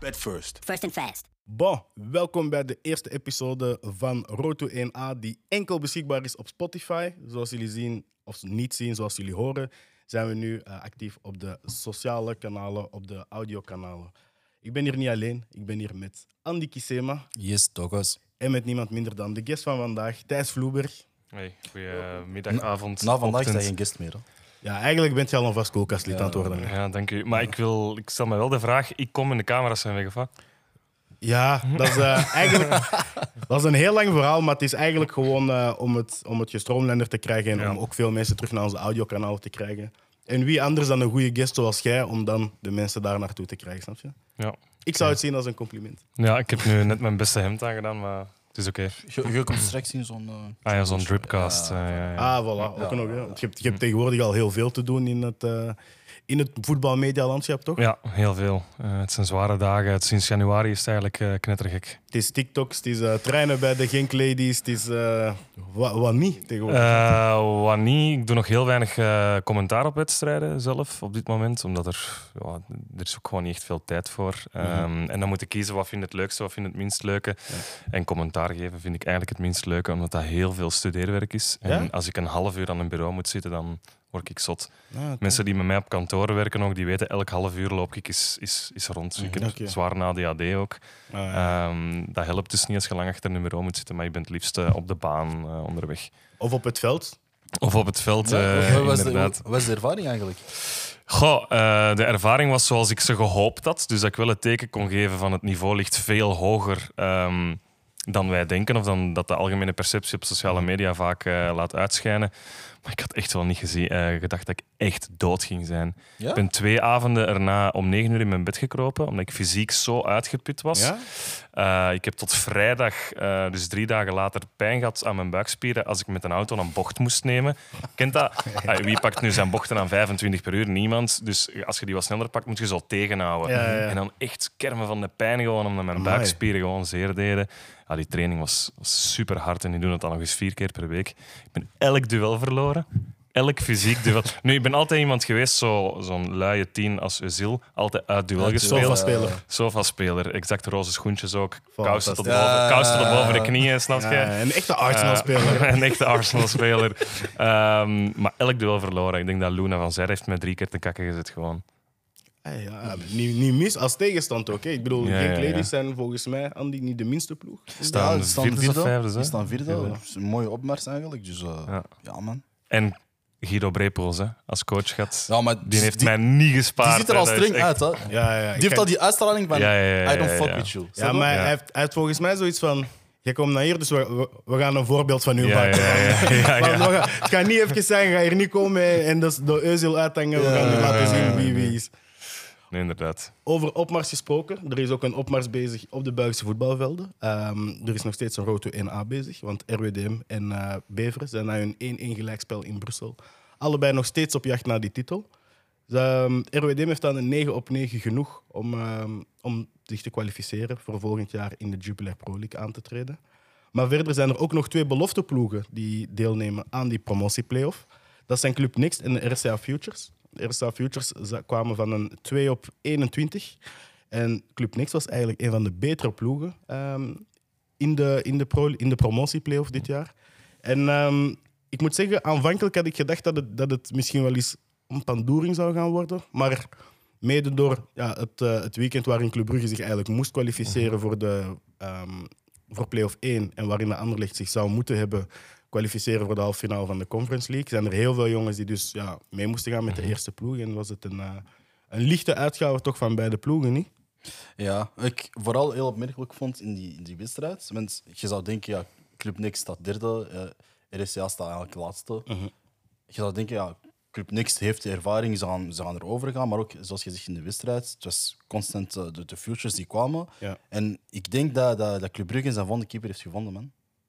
Bet first. First and fast. Bon, welkom bij de eerste episode van Road to 1A, die enkel beschikbaar is op Spotify. Zoals jullie zien, of niet zien, zoals jullie horen, zijn we nu actief op de sociale kanalen, op de audiokanalen. Ik ben hier niet alleen, ik ben hier met Andy Kisema. Yes, Douglas. En met niemand minder dan de guest van vandaag, Thijs Vloeberg. Hey, goedemiddag, avond. Na vandaag is ochtend. hij geen guest meer. Hè? Ja, eigenlijk bent je al een vast koelkastlid aan het worden. hè? Ja, dank u. Maar ik stel me wel de vraag, ik kom en de camera's zijn weg, of wat? Ja, dat is eigenlijk dat is een heel lang verhaal, maar het is eigenlijk gewoon om het gestroomlijnder te krijgen en Ja. om ook veel mensen terug naar onze audiokanalen te krijgen. En wie anders dan een goede guest zoals jij om dan de mensen daar naartoe te krijgen, snap je? Ja. Ik zou het zien als een compliment. Ja, ik heb nu net mijn beste hemd aangedaan, maar het is oké. Je komt straks in zo'n... Zo'n dripcast. Ja. Ah, voilà. Ook nog, hè. Want je hebt tegenwoordig al heel veel te doen in het voetbalmedialandschap, toch? Ja, heel veel. Het zijn zware dagen. Sinds januari is het eigenlijk knettergek. Het is TikToks, het is trainen bij de Genk Ladies, het is wat niet tegenwoordig. Wat niet. Ik doe nog heel weinig commentaar op wedstrijden zelf op dit moment, omdat er is ook gewoon niet echt veel tijd voor. En dan moet ik kiezen wat vind ik het leukste, wat vind ik het minst leuke. Ja. En commentaar geven vind ik eigenlijk het minst leuke, omdat dat heel veel studeerwerk is. Ja? En als ik een half uur aan een bureau moet zitten, dan word ik zot. Ah, oké. Mensen die met mij op kantoor werken ook, die weten elk half uur loop ik is rond. Ik heb Oké. zwaar een ADHD ook. Ah, ja. Dat helpt dus niet als je lang achter een bureau moet zitten, maar je bent het liefst op de baan onderweg. Of op het veld. Of op het veld, Wat inderdaad. was de ervaring eigenlijk? Goh, de ervaring was zoals ik ze gehoopt had. Dus dat ik wel het teken kon geven van het niveau ligt veel hoger dan wij denken. Of dan dat de algemene perceptie op sociale media vaak laat uitschijnen. Maar ik had echt wel niet gedacht dat ik echt dood ging zijn. Ja? Ik ben 2 avonden erna om 9 uur in mijn bed gekropen, omdat ik fysiek zo uitgeput was. Ja? Ik heb tot vrijdag, dus 3 dagen later, pijn gehad aan mijn buikspieren als ik met een auto een bocht moest nemen. Kent dat? Wie pakt nu zijn bochten aan 25 per uur? Niemand. Dus als je die wat sneller pakt, moet je zo tegenhouden. Ja. En dan echt kermen van de pijn gewoon, omdat mijn Amai. buikspieren gewoon zeer deden. Ja, die training was super hard en die doen het dan nog eens 4 keer per week. Ik ben elk duel verloren. Elk fysiek duel. Nu, ik ben altijd iemand geweest, zo'n luie 10 als Özil. Altijd uit duel gespeeld. Sofa-speler. Sofa-speler. Exact roze schoentjes ook. Wow, Kousen tot, fantastisch. kousen tot boven de knieën, snap je? Ja, een echte Arsenal-speler. Een echte Arsenal-speler. Maar elk duel verloren. Ik denk dat Luna van Zijr heeft mij 3 keer te kakken gezet gewoon. Ja, niet mis als tegenstand ook. Hè. Ik bedoel, Ja, Genk ja, ja. Ladies zijn volgens mij, Andy, niet de minste ploeg. Staan die staan vierde of vijfde, hè? Die staan vierde. Ja. Dat is een mooie opmars eigenlijk. Dus Ja. ja, man. En Guido Brepoels, hè, als coach gaat. Ja, maar Die heeft mij niet gespaard. Die ziet er al hè. Dat is streng echt- uit, hè? Ja. Die heeft al die uitstraling van Ja. I don't fuck with you. Ja, Snap je? maar Ja. hij heeft volgens mij zoiets van... Je komt naar hier, dus we gaan een voorbeeld van u Ja, maken. ja. Maar het kan niet even zijn, ga hier niet komen en dus de Özil uithangen. We gaan nu laten zien wie is. Nee, inderdaad. Over opmars gesproken. Er is ook een opmars bezig op de Belgische voetbalvelden. Er is nog steeds een Road to 1A bezig. Want RWDM en Beveren zijn na hun 1-1 gelijkspel in Brussel allebei nog steeds op jacht naar die titel. RWDM heeft dan een 9 op 9 genoeg om zich te kwalificeren voor volgend jaar in de Jupiler Pro League aan te treden. Maar verder zijn er ook nog 2 belofteploegen die deelnemen aan die promotieplayoff. Dat zijn Club Next en de RCA Futures. De RCA Futures kwamen van een 2 op 21. En Club Next was eigenlijk een van de betere ploegen in de promotieplayoff dit jaar. En ik moet zeggen, aanvankelijk had ik gedacht dat het misschien wel eens een pandoering zou gaan worden. Maar mede door het weekend waarin Club Brugge zich eigenlijk moest kwalificeren voor play-off 1 en waarin de Anderlecht zich zou moeten hebben kwalificeren voor de halve finale van de Conference League, zijn er heel veel jongens die dus mee moesten gaan met de eerste ploeg. En was het een lichte uitgave toch van beide ploegen, niet? Ja, ik vooral heel opmerkelijk vond in die wedstrijd. Want je zou denken, ja, Club Next staat derde, RSCA staat eigenlijk laatste. Je zou denken, ja, Club Next heeft de ervaring, ze gaan erover gaan. Maar ook, zoals je zegt in de wedstrijd, het was constant de futures die kwamen. Ja. En ik denk dat Club Brugge zijn volgende keeper heeft gevonden, man.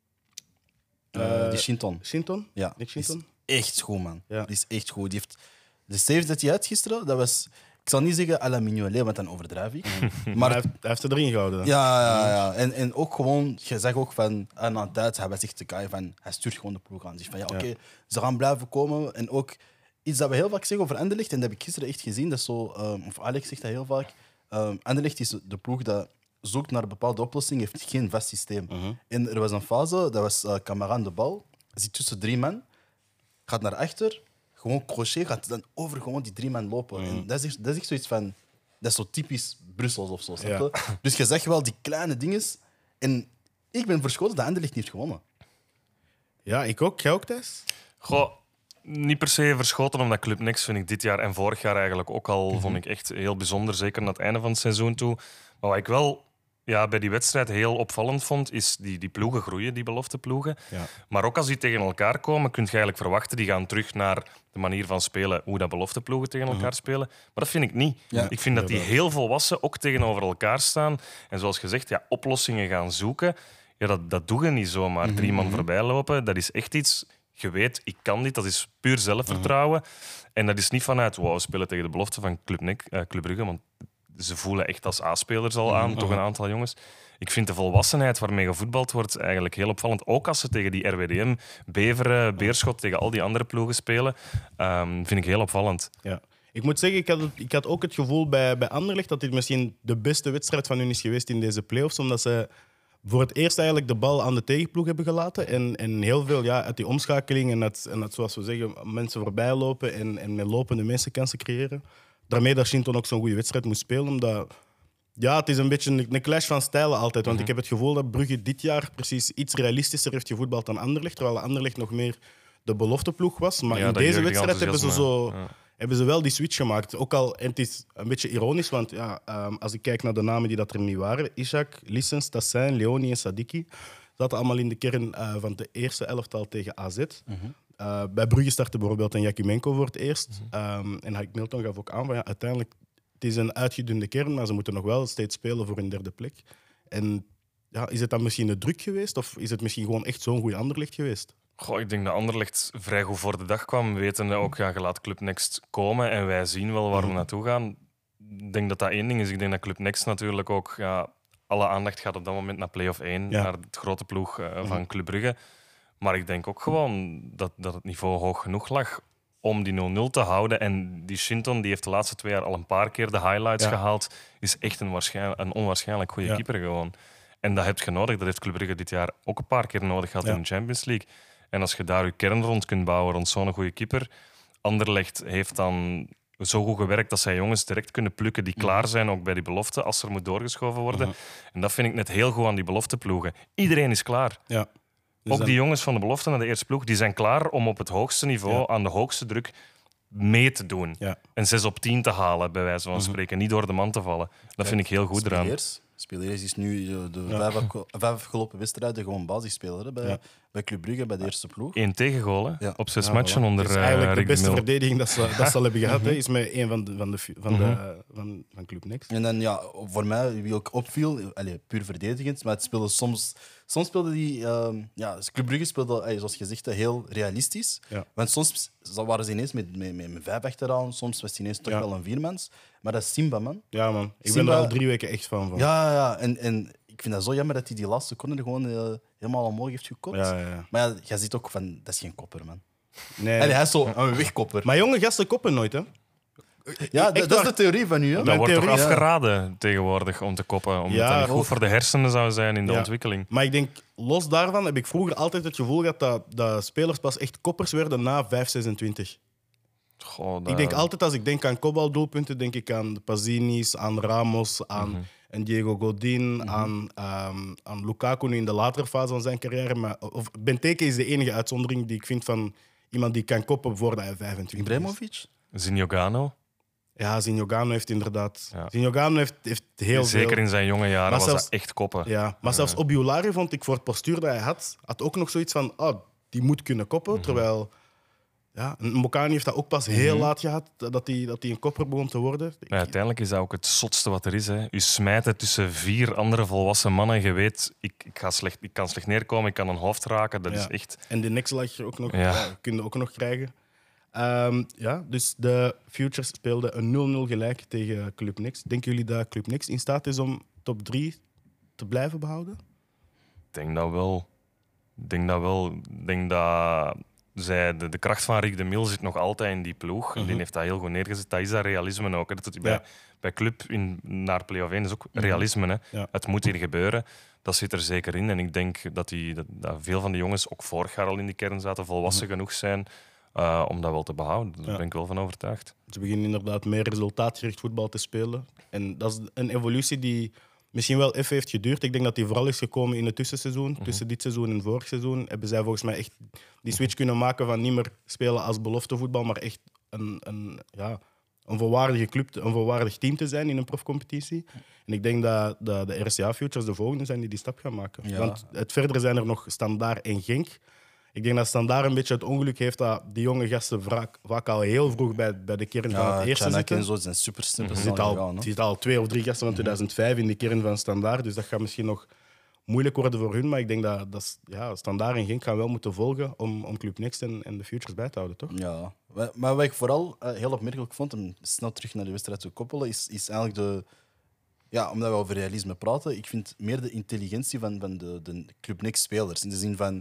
Die Shinton. Shinton? Ja, Nick die is Shinton? echt goed, man. Ja. Die is echt goed. Die heeft de save dat hij had gisteren, dat was... Ik zal niet zeggen à la Mignolet, want dan overdrijf ik. Maar hij heeft het erin gehouden. hè? Ja. En ook gewoon, je zegt ook van aan een tijd, hij was echt te kaai van, hij stuurt gewoon de ploeg aan. Zich van ja, oké, ze gaan blijven komen. En ook iets dat we heel vaak zeggen over Anderlecht, en dat heb ik gisteren echt gezien, dat is zo, of Alex zegt dat heel vaak, Anderlecht is de ploeg dat zoekt naar een bepaalde oplossing, heeft geen vast systeem. En er was een fase, dat was Camara aan de bal, zit tussen 3 man, gaat naar achter, gewoon crochet, gaat dan over gewoon die 3 man lopen. En dat is echt zoiets van... Dat is zo typisch Brussels of zo, snap je? Dus je zegt wel die kleine dingen. En ik ben verschoten dat Anderlecht niet heeft gewonnen. Ja, ik ook. Jij ook, Thijs? Goh, niet per se verschoten, omdat Club Next vind ik dit jaar en vorig jaar eigenlijk ook al vond ik echt heel bijzonder, zeker naar het einde van het seizoen toe. Maar wat ik wel bij die wedstrijd heel opvallend vond, is die ploegen groeien, die belofteploegen. Ja. Maar ook als die tegen elkaar komen, kun je eigenlijk verwachten, die gaan terug naar de manier van spelen, hoe dat belofteploegen tegen elkaar spelen. Maar dat vind ik niet. Ja. Ik vind dat die heel volwassen ook tegenover elkaar staan. En zoals gezegd, oplossingen gaan zoeken. Ja, dat doe je niet zomaar. 3 man voorbij lopen, dat is echt iets... Je weet, ik kan dit. Dat is puur zelfvertrouwen. En dat is niet vanuit, we spelen tegen de belofte van Club Brugge, want ze voelen echt als A-spelers al aan, toch een aantal jongens. Ik vind de volwassenheid waarmee gevoetbald wordt eigenlijk heel opvallend. Ook als ze tegen die RWDM, Beveren, Beerschot, tegen al die andere ploegen spelen, vind ik heel opvallend. Ja. Ik moet zeggen, ik had ook het gevoel bij Anderlecht dat dit misschien de beste wedstrijd van hun is geweest in deze play-offs, omdat ze voor het eerst eigenlijk de bal aan de tegenploeg hebben gelaten en heel veel uit die omschakeling en het, zoals we zeggen, mensen voorbij lopen en met lopende mensen kansen creëren. Daarmee dat Shinton ook zo'n goede wedstrijd moest spelen, omdat het is een beetje een clash van stijlen altijd. Want ik heb het gevoel dat Brugge dit jaar precies iets realistischer heeft gevoetbald dan Anderlecht, terwijl Anderlecht nog meer de belofteploeg was. Maar in deze wedstrijd hebben ze wel die switch gemaakt. Ook al, en het is een beetje ironisch, want als ik kijk naar de namen die dat er niet waren, Ishak, Lissens, Tassin, Leoni en Sadiki, zaten allemaal in de kern van de eerste elftal tegen AZ. Bij Brugge startte bijvoorbeeld een Jakimenko voor het eerst. En Haik Milton gaf ook aan van uiteindelijk, het is een uitgedunde kern, maar ze moeten nog wel steeds spelen voor hun derde plek. En is het dan misschien de druk geweest? Of is het misschien gewoon echt zo'n goede Anderlecht geweest? Goh, ik denk dat Anderlecht vrij goed voor de dag kwam. We weten ook, je laat Club Next komen en wij zien wel waar we naartoe gaan. Ik denk dat dat één ding is. Ik denk dat Club Next natuurlijk ook... alle aandacht gaat op dat moment naar play-off 1, naar het grote ploeg van Club Brugge. Maar ik denk ook gewoon dat het niveau hoog genoeg lag om die 0-0 te houden. En die Shinton die heeft de laatste 2 jaar al een paar keer de highlights gehaald. Is echt een onwaarschijnlijk goede keeper gewoon. En dat heb je nodig. Dat heeft Club Brugge dit jaar ook een paar keer nodig gehad in de Champions League. En als je daar je kern rond kunt bouwen, rond zo'n goede keeper... Anderlecht heeft dan zo goed gewerkt dat zij jongens direct kunnen plukken die klaar zijn, ook bij die belofte, als er moet doorgeschoven worden. En dat vind ik net heel goed aan die belofteploegen. Iedereen is klaar. Ja. Dus ook die jongens van de belofte naar de eerste ploeg, die zijn klaar om op het hoogste niveau, aan de hoogste druk, mee te doen. Ja. En 6 op 10 te halen, bij wijze van spreken. Niet door de man te vallen. Dat vind ik heel goed eraan. Speleers is nu de 5 afgelopen wedstrijden gewoon basisspeler bij Club Brugge, bij de eerste ploeg. 1 tegengoal op 6 matchen onder Het is eigenlijk de Rick beste de Mil. verdediging dat ze al hebben gehad. Is met een van Club Next. En dan voor mij, wie ook opviel, puur verdedigend, maar het speelde soms speelde die... Club Brugge speelde, zoals gezegd, heel realistisch. Ja. Want soms waren ze ineens met 5 achteraan, soms was het ineens toch wel een 4-mans. Maar dat is Simba, man. Ja, man. Ik ben er al 3 weken echt van. Ja. En ik vind dat zo jammer dat hij die laatste seconde gewoon helemaal omhoog heeft gekopt. Ja. Maar jij ziet ook van, dat is geen kopper, man. Nee. Hij is zo een wegkopper. Maar jonge gasten koppen nooit, hè? Ja, dat is de theorie van u. Hè? Dat wordt toch afgeraden tegenwoordig om te koppen. Omdat dat niet goed voor de hersenen zou zijn in de ontwikkeling. Maar ik denk, los daarvan heb ik vroeger altijd het gevoel gehad dat spelers pas echt koppers werden na 5-26. Ik denk altijd, als ik denk aan kopbaldoelpunten, denk ik aan de Pazzinis, aan Ramos, aan Diego Godin, aan Lukaku nu in de latere fase van zijn carrière. Maar, Benteke is de enige uitzondering die ik vind van iemand die kan koppen voordat hij 25 is. Ibrahimovic? Zinjogano? Ja, Zinjogano heeft inderdaad... Ja. Zinjogano heeft heel Zeker veel... in zijn jonge jaren was dat echt koppen. Ja, maar zelfs Obiolari vond ik voor het postuur dat hij had ook nog zoiets van, die moet kunnen koppen. Terwijl Mokani heeft dat ook pas heel laat gehad, dat hij een kopper begon te worden. Maar uiteindelijk is dat ook het zotste wat er is. Hè. U smijten tussen 4 andere volwassen mannen. Je weet, ik kan slecht neerkomen, ik kan een hoofd raken. Dat is echt... En de nekslag ook nog, kun je ook nog krijgen. Dus de Futures speelden een 0-0 gelijk tegen Club Next. Denken jullie dat Club Next in staat is om top 3 te blijven behouden? Ik denk dat wel. Ik denk dat de kracht van Rick de Mil zit nog altijd in die ploeg. En die heeft dat heel goed neergezet. Dat is dat realisme ook. Hè. Dat doet hij bij club naar play-off 1 is ook realisme. Hè. Ja. Het moet hier gebeuren. Dat zit er zeker in. En ik denk dat veel van de jongens, ook vorig jaar al in die kern zaten, volwassen genoeg zijn om dat wel te behouden. Daar ben ik wel van overtuigd. Ze beginnen inderdaad meer resultaatgericht voetbal te spelen. En dat is een evolutie die misschien wel even heeft geduurd. Ik denk dat die vooral is gekomen in het tussenseizoen. Tussen dit seizoen en vorig seizoen hebben zij volgens mij echt die switch kunnen maken van niet meer spelen als beloftevoetbal, maar echt een volwaardige club, een volwaardig team te zijn in een profcompetitie. En ik denk dat de RCA Futures de volgende zijn die stap gaan maken. Ja. Want het verder zijn er nog Standaard en Genk. Ik denk dat Standaard een beetje het ongeluk heeft dat die jonge gasten vaak al heel vroeg bij de kern van het eerste Chanak zitten. en zo zijn super snel Er gegaan. zitten al 2 of 3 gasten van 2005 in de kern van Standaard. Dus dat gaat misschien nog moeilijk worden voor hun. Maar ik denk dat Standaard en Genk gaan wel moeten volgen om Club Next en de Futures bij te houden, toch? Ja, maar wat ik vooral heel opmerkelijk vond, om snel terug naar de wedstrijd te koppelen, is eigenlijk omdat we over realisme praten, ik vind meer de intelligentie van de Club Next-spelers. In de zin van,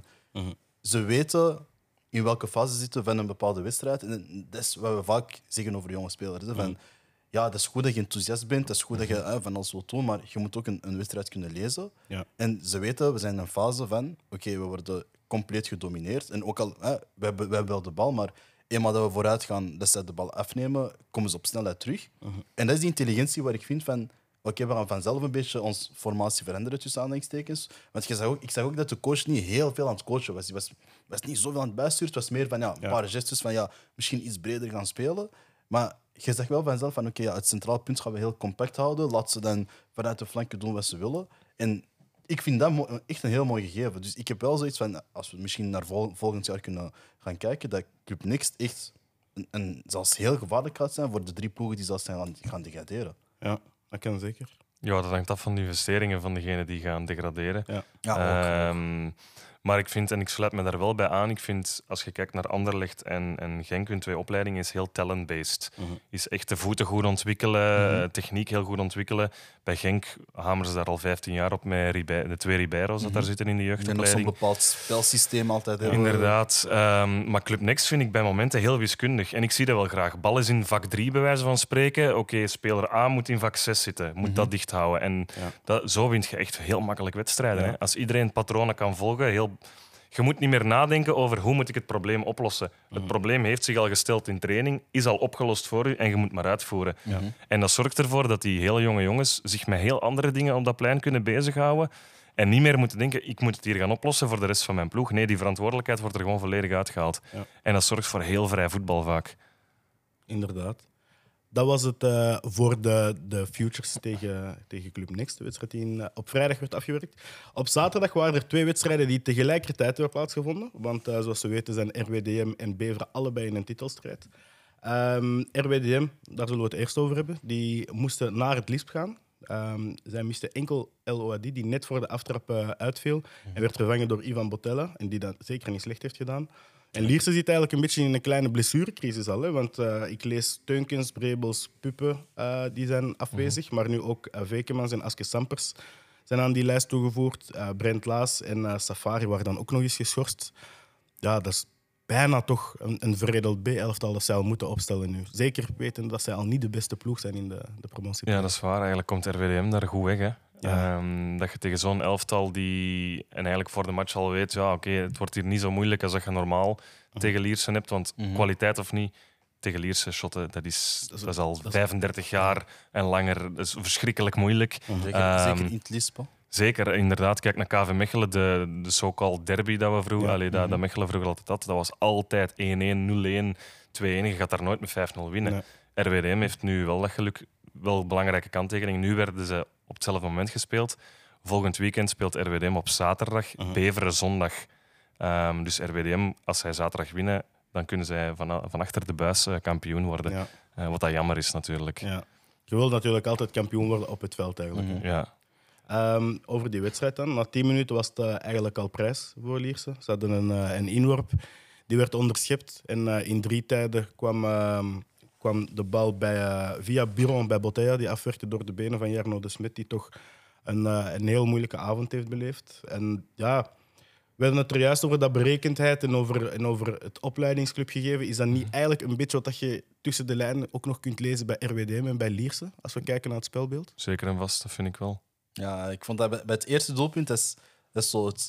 ze weten in welke fase ze zitten van een bepaalde wedstrijd. En dat is wat we vaak zeggen over jonge spelers. Hè, van, ja, dat is goed dat je enthousiast bent, dat is goed dat je van alles wilt doen, maar je moet ook een wedstrijd kunnen lezen. Ja. En ze weten, we zijn in een fase van, oké, we worden compleet gedomineerd. En ook al, we hebben wel de bal, maar eenmaal dat we vooruit gaan, dat ze de bal afnemen, komen ze op snelheid terug. En dat is die intelligentie waar ik vind van, oké, we gaan vanzelf een beetje onze formatie veranderen, tussen aanhalingstekens. Want ik zag ook dat de coach niet heel veel aan het coachen was. Hij was niet zoveel aan het bijsturen. Het was meer van een paar gestes van misschien iets breder gaan spelen. Maar je zegt wel vanzelf van het centraal punt gaan we heel compact houden. Laat ze dan vanuit de flanken doen wat ze willen. En ik vind dat echt een heel mooi gegeven. Dus ik heb wel zoiets van, als we misschien naar volgend jaar kunnen gaan kijken, dat Club Next echt zelfs heel gevaarlijk gaat zijn voor de 3 ploegen die zelfs gaan degraderen. Ja, dat kan zeker. Ja, dat hangt af van de investeringen van degenen die gaan degraderen. Ja. Ook. Maar ik vind, en ik sluit me daar wel bij aan, ik vind als je kijkt naar Anderlecht en Genk, hun 2 opleidingen, is heel talent-based. Is echt de voeten goed ontwikkelen, techniek heel goed ontwikkelen. Bij Genk hameren ze daar al 15 jaar op met de 2 Ribeiro's dat daar zitten in de En nog zo'n jeugdopleiding. bepaald spelsysteem altijd hebben. Inderdaad. Maar Club Next vind ik bij momenten heel wiskundig. En ik zie dat wel graag. Bal is in vak 3, bij wijze van spreken. Oké, speler A moet in vak 6 zitten. Moet dat dicht houden. En zo wint je echt heel makkelijk wedstrijden. Ja. Hè? Als iedereen patronen kan volgen, je moet niet meer nadenken over hoe moet ik het probleem oplossen. Het probleem heeft zich al gesteld in training, is al opgelost voor u en je moet maar uitvoeren. En dat zorgt ervoor dat die hele jonge jongens zich met heel andere dingen op dat plein kunnen bezighouden. En niet meer moeten denken, ik moet het hier gaan oplossen voor de rest van mijn ploeg. Nee, die verantwoordelijkheid wordt er gewoon volledig uitgehaald. Ja. En dat zorgt voor heel vrij voetbal vaak. Inderdaad. Dat was het voor de Futures tegen Club Next, de wedstrijd die op vrijdag werd afgewerkt. Op zaterdag waren er 2 wedstrijden die tegelijkertijd hebben plaatsgevonden. Want zoals we weten zijn RWDM en Beveren allebei in een titelstrijd. RWDM, daar zullen we het eerst over hebben. Die moesten naar het LISP gaan. Zij misten enkel El Ouadi, die net voor de aftrap uitviel. En werd vervangen door Ivan Botella, en die dat zeker niet slecht heeft gedaan. En Lierse zit eigenlijk een beetje in een kleine blessurecrisis al. Hè? Want ik lees Teunkens, Brebels, Puppen, die zijn afwezig. Maar nu ook Vekemans en Aske Sampers zijn aan die lijst toegevoegd. Brent Laas en Safari waren dan ook nog eens geschorst. Ja, dat is bijna toch een veredeld B-elftal dat zij al moeten opstellen nu. Zeker weten dat zij al niet de beste ploeg zijn in de promotie. Ja, dat is waar. Eigenlijk komt RWDM daar goed weg. Hè? Ja. Dat je tegen zo'n elftal die en eigenlijk voor de match al weet, het wordt hier niet zo moeilijk als dat je normaal tegen Lierse hebt. Want kwaliteit of niet, tegen Lierse shotten, dat is al 35 jaar en langer. Dat is verschrikkelijk moeilijk. Zeker in het Lisp. Zeker, inderdaad. Kijk naar KV Mechelen, de so-called derby dat we vroeger, dat Mechelen vroeger altijd had. Dat was altijd 1-1, 0-1, 2-1. Je gaat daar nooit met 5-0 winnen. Nee. RWDM heeft nu wel dat geluk, wel belangrijke kanttekening. Nu werden ze op hetzelfde moment gespeeld. Volgend weekend speelt RWDM op zaterdag, Beveren zondag. Dus RWDM, als zij zaterdag winnen, dan kunnen zij van achter de buis kampioen worden. Ja. Wat dat jammer is natuurlijk. Ja. Je wilt natuurlijk altijd kampioen worden op het veld eigenlijk. Ja. Over die wedstrijd dan. Na 10 minuten was het eigenlijk al prijs voor Lierse. Ze hadden een inworp, die werd onderschept. En in 3 tijden kwam de bal via Biron bij Botella, die afwerkte door de benen van Jarno de Smet, die toch een heel moeilijke avond heeft beleefd. En ja, We hadden het er juist over dat berekendheid en over het opleidingsclub gegeven. Is dat niet eigenlijk een beetje wat je tussen de lijnen ook nog kunt lezen bij RWDM en bij Lierse, als we kijken naar het spelbeeld? Zeker en vast, dat vind ik wel. Ja, ik vond dat bij het eerste doelpunt, dat is zo het...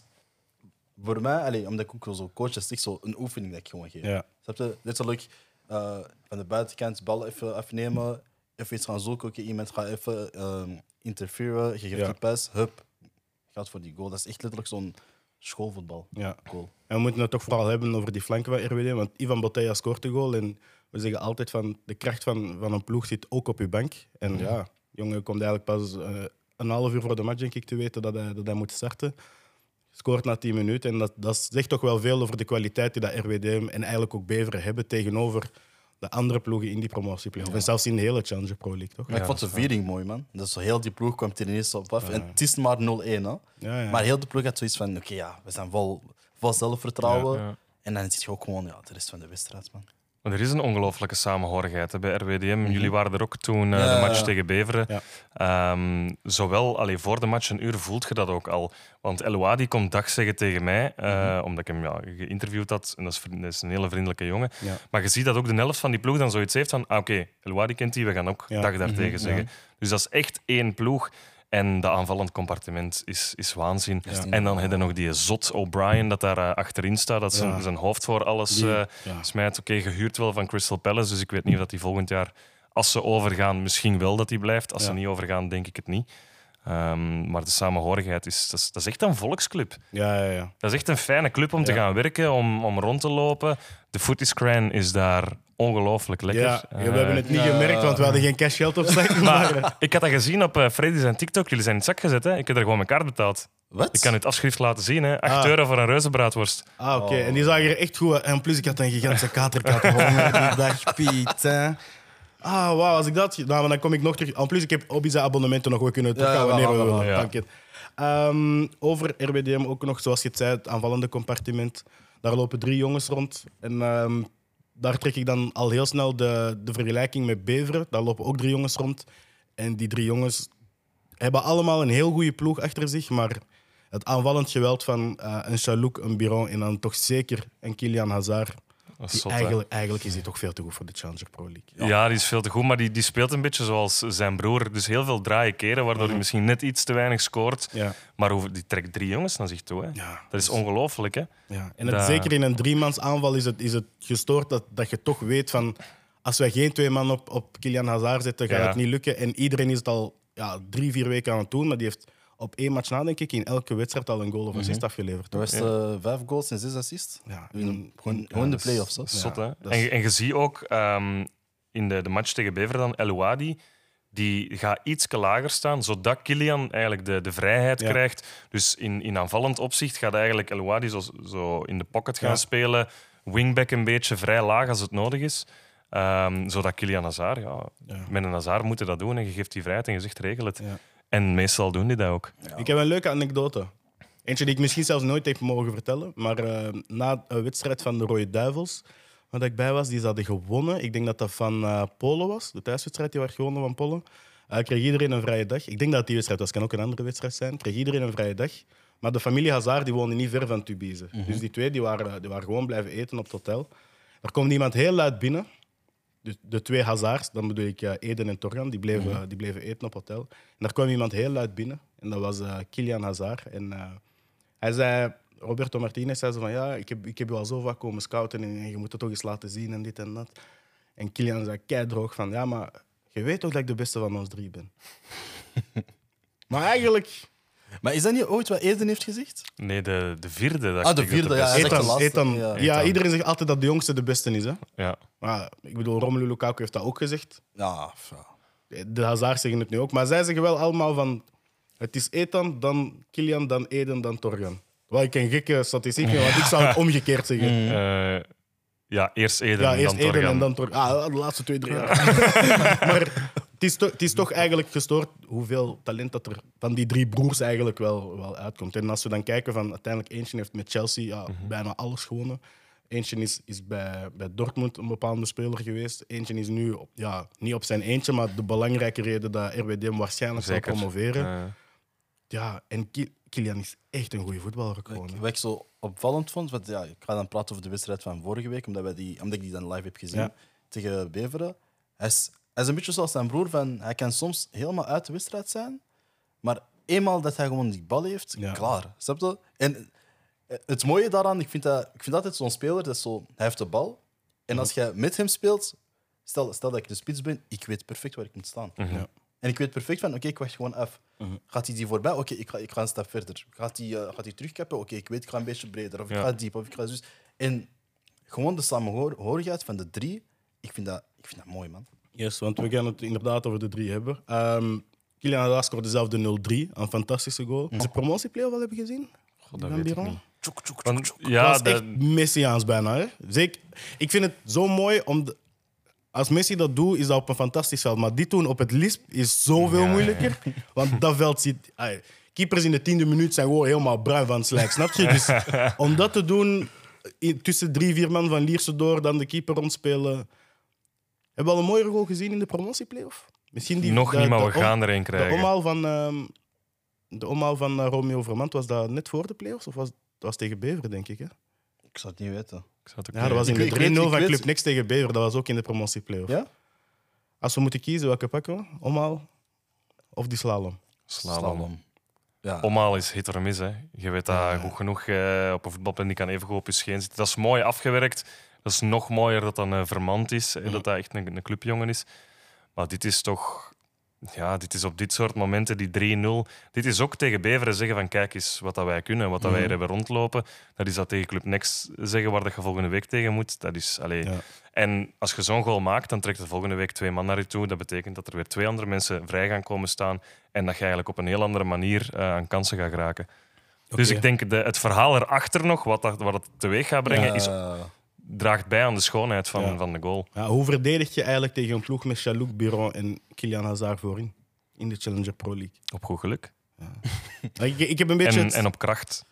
Voor mij, omdat ik ook wel zo coach, is echt zo een oefening dat ik gewoon geef. Ja. Snap je? Letterlijk van de buitenkant bal even afnemen, even iets gaan zoeken. Oké, iemand gaat even interfereren, je geeft die pas, hup, gaat voor die goal. Dat is echt letterlijk zo'n schoolvoetbal. Ja. Goal. En we moeten het toch vooral hebben over die flanken van RWD, want Ivan Botella scoort de goal en we zeggen altijd van de kracht van een ploeg zit ook op je bank. En ja, jongen komt eigenlijk pas een half uur voor de match, denk ik, te weten dat hij moet starten. Scoort na 10 minuten en dat zegt toch wel veel over de kwaliteit die dat RWDM en eigenlijk ook Beveren hebben tegenover de andere ploegen in die promotieplay. En zelfs in de hele Challenger Pro League, toch? Maar ik vond de viering mooi, man. Dus zo heel die ploeg kwam er ineens op af. En het is maar 0-1, hè. Ja. Maar heel de ploeg had zoiets van, oké, we zijn vol zelfvertrouwen. Ja. En dan zit je ook gewoon de rest van de wedstrijd, man. Maar er is een ongelofelijke samenhorigheid hè, bij RWDM. Jullie waren er ook toen de match tegen Beveren. Ja. Zowel voor de match een uur voelt je dat ook al. Want El Ouadi komt dag zeggen tegen mij, omdat ik hem geïnterviewd had. En dat is een hele vriendelijke jongen. Ja. Maar je ziet dat ook de helft van die ploeg dan zoiets heeft van oké, El Ouadi kent die, we gaan ook dag daartegen zeggen. Dus dat is echt één ploeg. En dat aanvallend compartiment is waanzin. En dan heb je nog die zot O'Brien dat daar achterin staat, dat zijn hoofd voor alles smijt. Oké, gehuurd wel van Crystal Palace, dus ik weet niet of dat die volgend jaar, als ze overgaan, misschien wel dat hij blijft. Als ze niet overgaan, denk ik het niet. Maar de samenhorigheid, dat is echt een volksclub. Ja. Dat is echt een fijne club om te gaan werken, om rond te lopen. De footiescran is daar ongelooflijk lekker. Ja, we hebben het niet gemerkt, want we hadden geen cashgeld op zak. Maar ik had dat gezien op Freddy's en TikTok. Jullie zijn in het zak gezet. Hè? Ik heb er gewoon mijn kaart betaald. Wat? Ik kan het afschrift laten zien. Hè? 8 euro voor een reuzenbraadworst. oké. En die zagen er echt goed uit. En plus, ik had een gigantische katerkat honger die dag, Piet. Hè. Wauw, als ik dat... Nou, maar dan kom ik nog terug. En plus, ik heb op zijn abonnementen nog. We kunnen teruggaan wanneer we willen. ja. Dank je. Over RWDM ook nog, zoals je het zei, het aanvallende compartiment. Daar lopen 3 jongens rond. En daar trek ik dan al heel snel de vergelijking met Beveren. Daar lopen ook 3 jongens rond. En die 3 jongens hebben allemaal een heel goede ploeg achter zich. Maar het aanvallend geweld van een Chalouk, een Biron en dan toch zeker een Kylian Hazard... Dat is Die zot, hè? eigenlijk is hij toch veel te goed voor de Challenger Pro League. Ja, die is veel te goed, maar die speelt een beetje zoals zijn broer. Dus heel veel draaien keren, waardoor hij misschien net iets te weinig scoort. Ja. Maar die trekt 3 jongens naar zich toe. Hè? Ja, Dat is ongelooflijk. Hè? Ja. En zeker in een 3-mans aanval is het gestoord dat je toch weet van... Als wij geen 2 man op Kylian Hazard zetten, gaat het niet lukken. En iedereen is het al 3-4 weken aan het doen, maar die heeft op 1 match na, denk ik, in elke wedstrijd al een goal of assist afgeleverd. Er was 5 goals en 6 assists. Ja, Gewoon de play-offs. Dat is zot, hè? dat is- En je ziet ook in de match tegen Beveren dan, El Ouadi, die gaat iets lager staan, zodat Kylian eigenlijk de vrijheid krijgt. Dus in aanvallend opzicht gaat eigenlijk El Ouadi zo in de pocket gaan spelen, wingback een beetje vrij laag als het nodig is. Zodat Kylian Hazard, met een Hazard moet je dat doen en je geeft die vrijheid en je zegt regel het. Ja. En meestal doen die dat ook. Ja. Ik heb een leuke anekdote. Eentje die ik misschien zelfs nooit heb mogen vertellen. Maar na een wedstrijd van de Rode Duivels, waar ik bij was, die ze hadden gewonnen. Ik denk dat dat van Polen was. De thuiswedstrijd die werd gewonnen van Polen. Kreeg iedereen een vrije dag. Ik denk dat die wedstrijd was. Kan ook een andere wedstrijd zijn. Kreeg iedereen een vrije dag. Maar de familie Hazard die woonde niet ver van Tubize. Dus die twee die waren gewoon blijven eten op het hotel. Er komt iemand heel luid binnen. De 2 Hazards, dan bedoel ik Eden en Torgan, die bleven eten op hotel. En daar kwam iemand heel luid binnen. En dat was Kylian Hazard. En hij zei, Roberto Martinez zei zo van, ja, ik heb je al zo vaak komen scouten en je moet het toch eens laten zien en dit en dat. En Kylian zei keidroog van, ja, maar je weet toch dat ik de beste van ons 3 ben? Maar eigenlijk... Maar is dat niet ooit wat Eden heeft gezegd? Nee, de vierde. Dacht de ik vierde, dat ja. de Hij beste- zegt de Ethan, laatste, ja, Ethan. iedereen zegt altijd dat de jongste de beste is. Hè? Ja. Maar ik bedoel, Romelu Lukaku heeft dat ook gezegd. Ja. De Hazards zeggen het nu ook. Maar zij zeggen wel allemaal van... Het is Ethan, dan Kylian, dan Eden, dan Torgan. Wat ik een gekke statistiek vind, want ik zou het omgekeerd zeggen. Ja, eerst Eden, Ja, eerst dan Eden Torgan. en dan Torgan. De laatste 2, 3 jaar. Maar het is toch eigenlijk gestoord hoeveel talent dat er van die 3 broers eigenlijk wel uitkomt. En als we dan kijken van... Uiteindelijk, eentje heeft met Chelsea bijna alles gewonnen. Eentje is bij Dortmund een bepaalde speler geweest. Eentje is nu niet op zijn eentje, maar de belangrijke reden dat RWDM waarschijnlijk Zeker. zal promoveren. Ja, en Kylian is echt een goede voetballer ook gewoon. Wat ik zo opvallend vond, want ja, ik ga dan praten over de wedstrijd van vorige week, omdat ik die dan live heb gezien Ja. tegen Beveren. Hij is een beetje zoals zijn broer, hij kan soms helemaal uit de wedstrijd zijn, maar eenmaal dat hij gewoon die bal heeft, Ja. klaar. Snap je? En het mooie daaraan, ik vind altijd zo'n speler, dat is zo, hij heeft de bal, en als jij met hem speelt, stel dat ik de spits ben, ik weet perfect waar ik moet staan. Ja. En ik weet perfect van, oké, ik wacht gewoon af. Gaat hij die voorbij? Oké, ik ga een stap verder. Gaat hij terugkappen? Oké, ik weet, ik ga een beetje breder. Of ik ga diep, of ik ga dus... En gewoon de samenhorigheid van de drie, ik vind dat mooi, man. Yes, want we gaan het inderdaad over de 3 hebben. Kylian Hazard scoorde zelf de 0-3, een fantastische goal. Is de promotieplay al hebben gezien? God, dat Van weet ik Biron? niet. Tjoek. Want, Het ja, was echt messiaans bijna. Hè? Zeker, ik vind het zo mooi als Messi dat doet, is dat op een fantastisch veld. Maar dit doen op het Lisp is zoveel Ja, moeilijker. Want dat veld ziet... keepers in de 10e minuut zijn gewoon helemaal bruin van slijk, snap je? Dus om dat te doen, tussen 3-4 man van Lierse door, dan de keeper rondspelen... Hebben we al een mooiere goal gezien in de promotieplayoff? Misschien nog niet, maar we gaan er een De krijgen. omhaal van Romeo Vermand, was dat net voor de playoffs? Of was het tegen Beveren, denk ik? Hè? Ik zou het niet weten. Ik zou het ook Ja, dat was in Ik de weet- 3-0 ik van weet- Club Next tegen Beveren. Dat was ook in de promotieplayoff. Ja? Als we moeten kiezen, welke pakken we? Omhaal of die slalom? Slalom. Ja. Omhaal is hit or miss. Hè. Je weet dat goed genoeg op een voetbalplan, die kan even goed op je scheen zitten. Dat is mooi afgewerkt. Dat is nog mooier dat dan Vermand is. Hè, dat dat echt een clubjongen is. Maar dit is toch... Ja, dit is op dit soort momenten, die 3-0. Dit is ook tegen Beveren zeggen van kijk eens wat dat wij kunnen, wat dat wij hier hebben rondlopen. Dat is dat tegen Club Next zeggen waar dat je volgende week tegen moet. Dat is, Ja. En als je zo'n goal maakt, dan trekt er volgende week 2 man naar je toe. Dat betekent dat er weer 2 andere mensen vrij gaan komen staan en dat je eigenlijk op een heel andere manier aan kansen gaat geraken. Dus Oké. ik denk wat het verhaal erachter nog, wat het teweeg gaat brengen, draagt bij aan de schoonheid van de goal. Ja, hoe verdedig je eigenlijk tegen een ploeg met Chalouk, Biron en Kylian Hazard voorin? In de Challenger Pro League. Op goed geluk. Ik heb een beetje... En op kracht.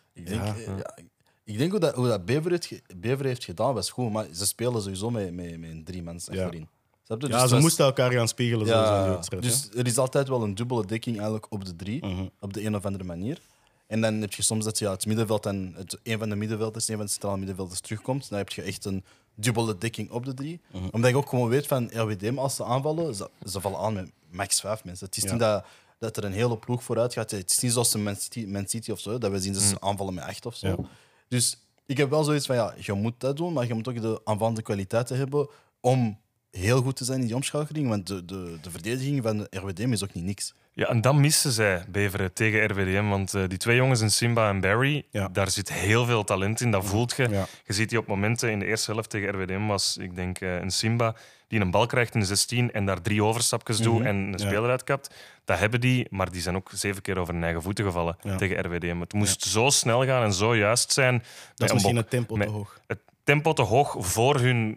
Ik denk hoe dat Beveren heeft gedaan, was goed, maar ze spelen sowieso met een 3-mans achterin. Snap je? Ja, Dus ze dat is- moesten elkaar gaan spiegelen. Sowieso in die Ja, wedstrijd, dus er is altijd wel een dubbele dekking eigenlijk op de 3, op de een of andere manier. En dan heb je soms dat het middenveld en een van de middenvelders, een van de centrale middenvelders terugkomt. Dan heb je echt een dubbele dekking op de 3. Omdat je ook gewoon weet van RWDM, als ze aanvallen, ze vallen aan met max 5 mensen. Het is niet dat er een hele ploeg vooruit gaat. Het is niet zoals een Man City of zo, dat we zien dat ze aanvallen met 8 of zo. Ja. Dus ik heb wel zoiets van, ja, je moet dat doen, maar je moet ook de aanvallende kwaliteiten hebben om heel goed te zijn in die omschakeling. Want de verdediging van de RWDM is ook niet niks. Ja, en dat missen zij, Beveren, tegen RWDM. Want die 2 jongens in Simba en Barry, daar zit heel veel talent in. Dat voelt je. Ja. Je ziet die op momenten in de eerste helft tegen RWDM was, ik denk, een Simba die een bal krijgt in de 16 en daar 3 overstapjes doet en een speler uitkapt. Dat hebben die, maar die zijn ook 7 keer over hun eigen voeten gevallen tegen RWDM. Het moest zo snel gaan en zo juist zijn. Dat is misschien het tempo te hoog. Het tempo te hoog voor hun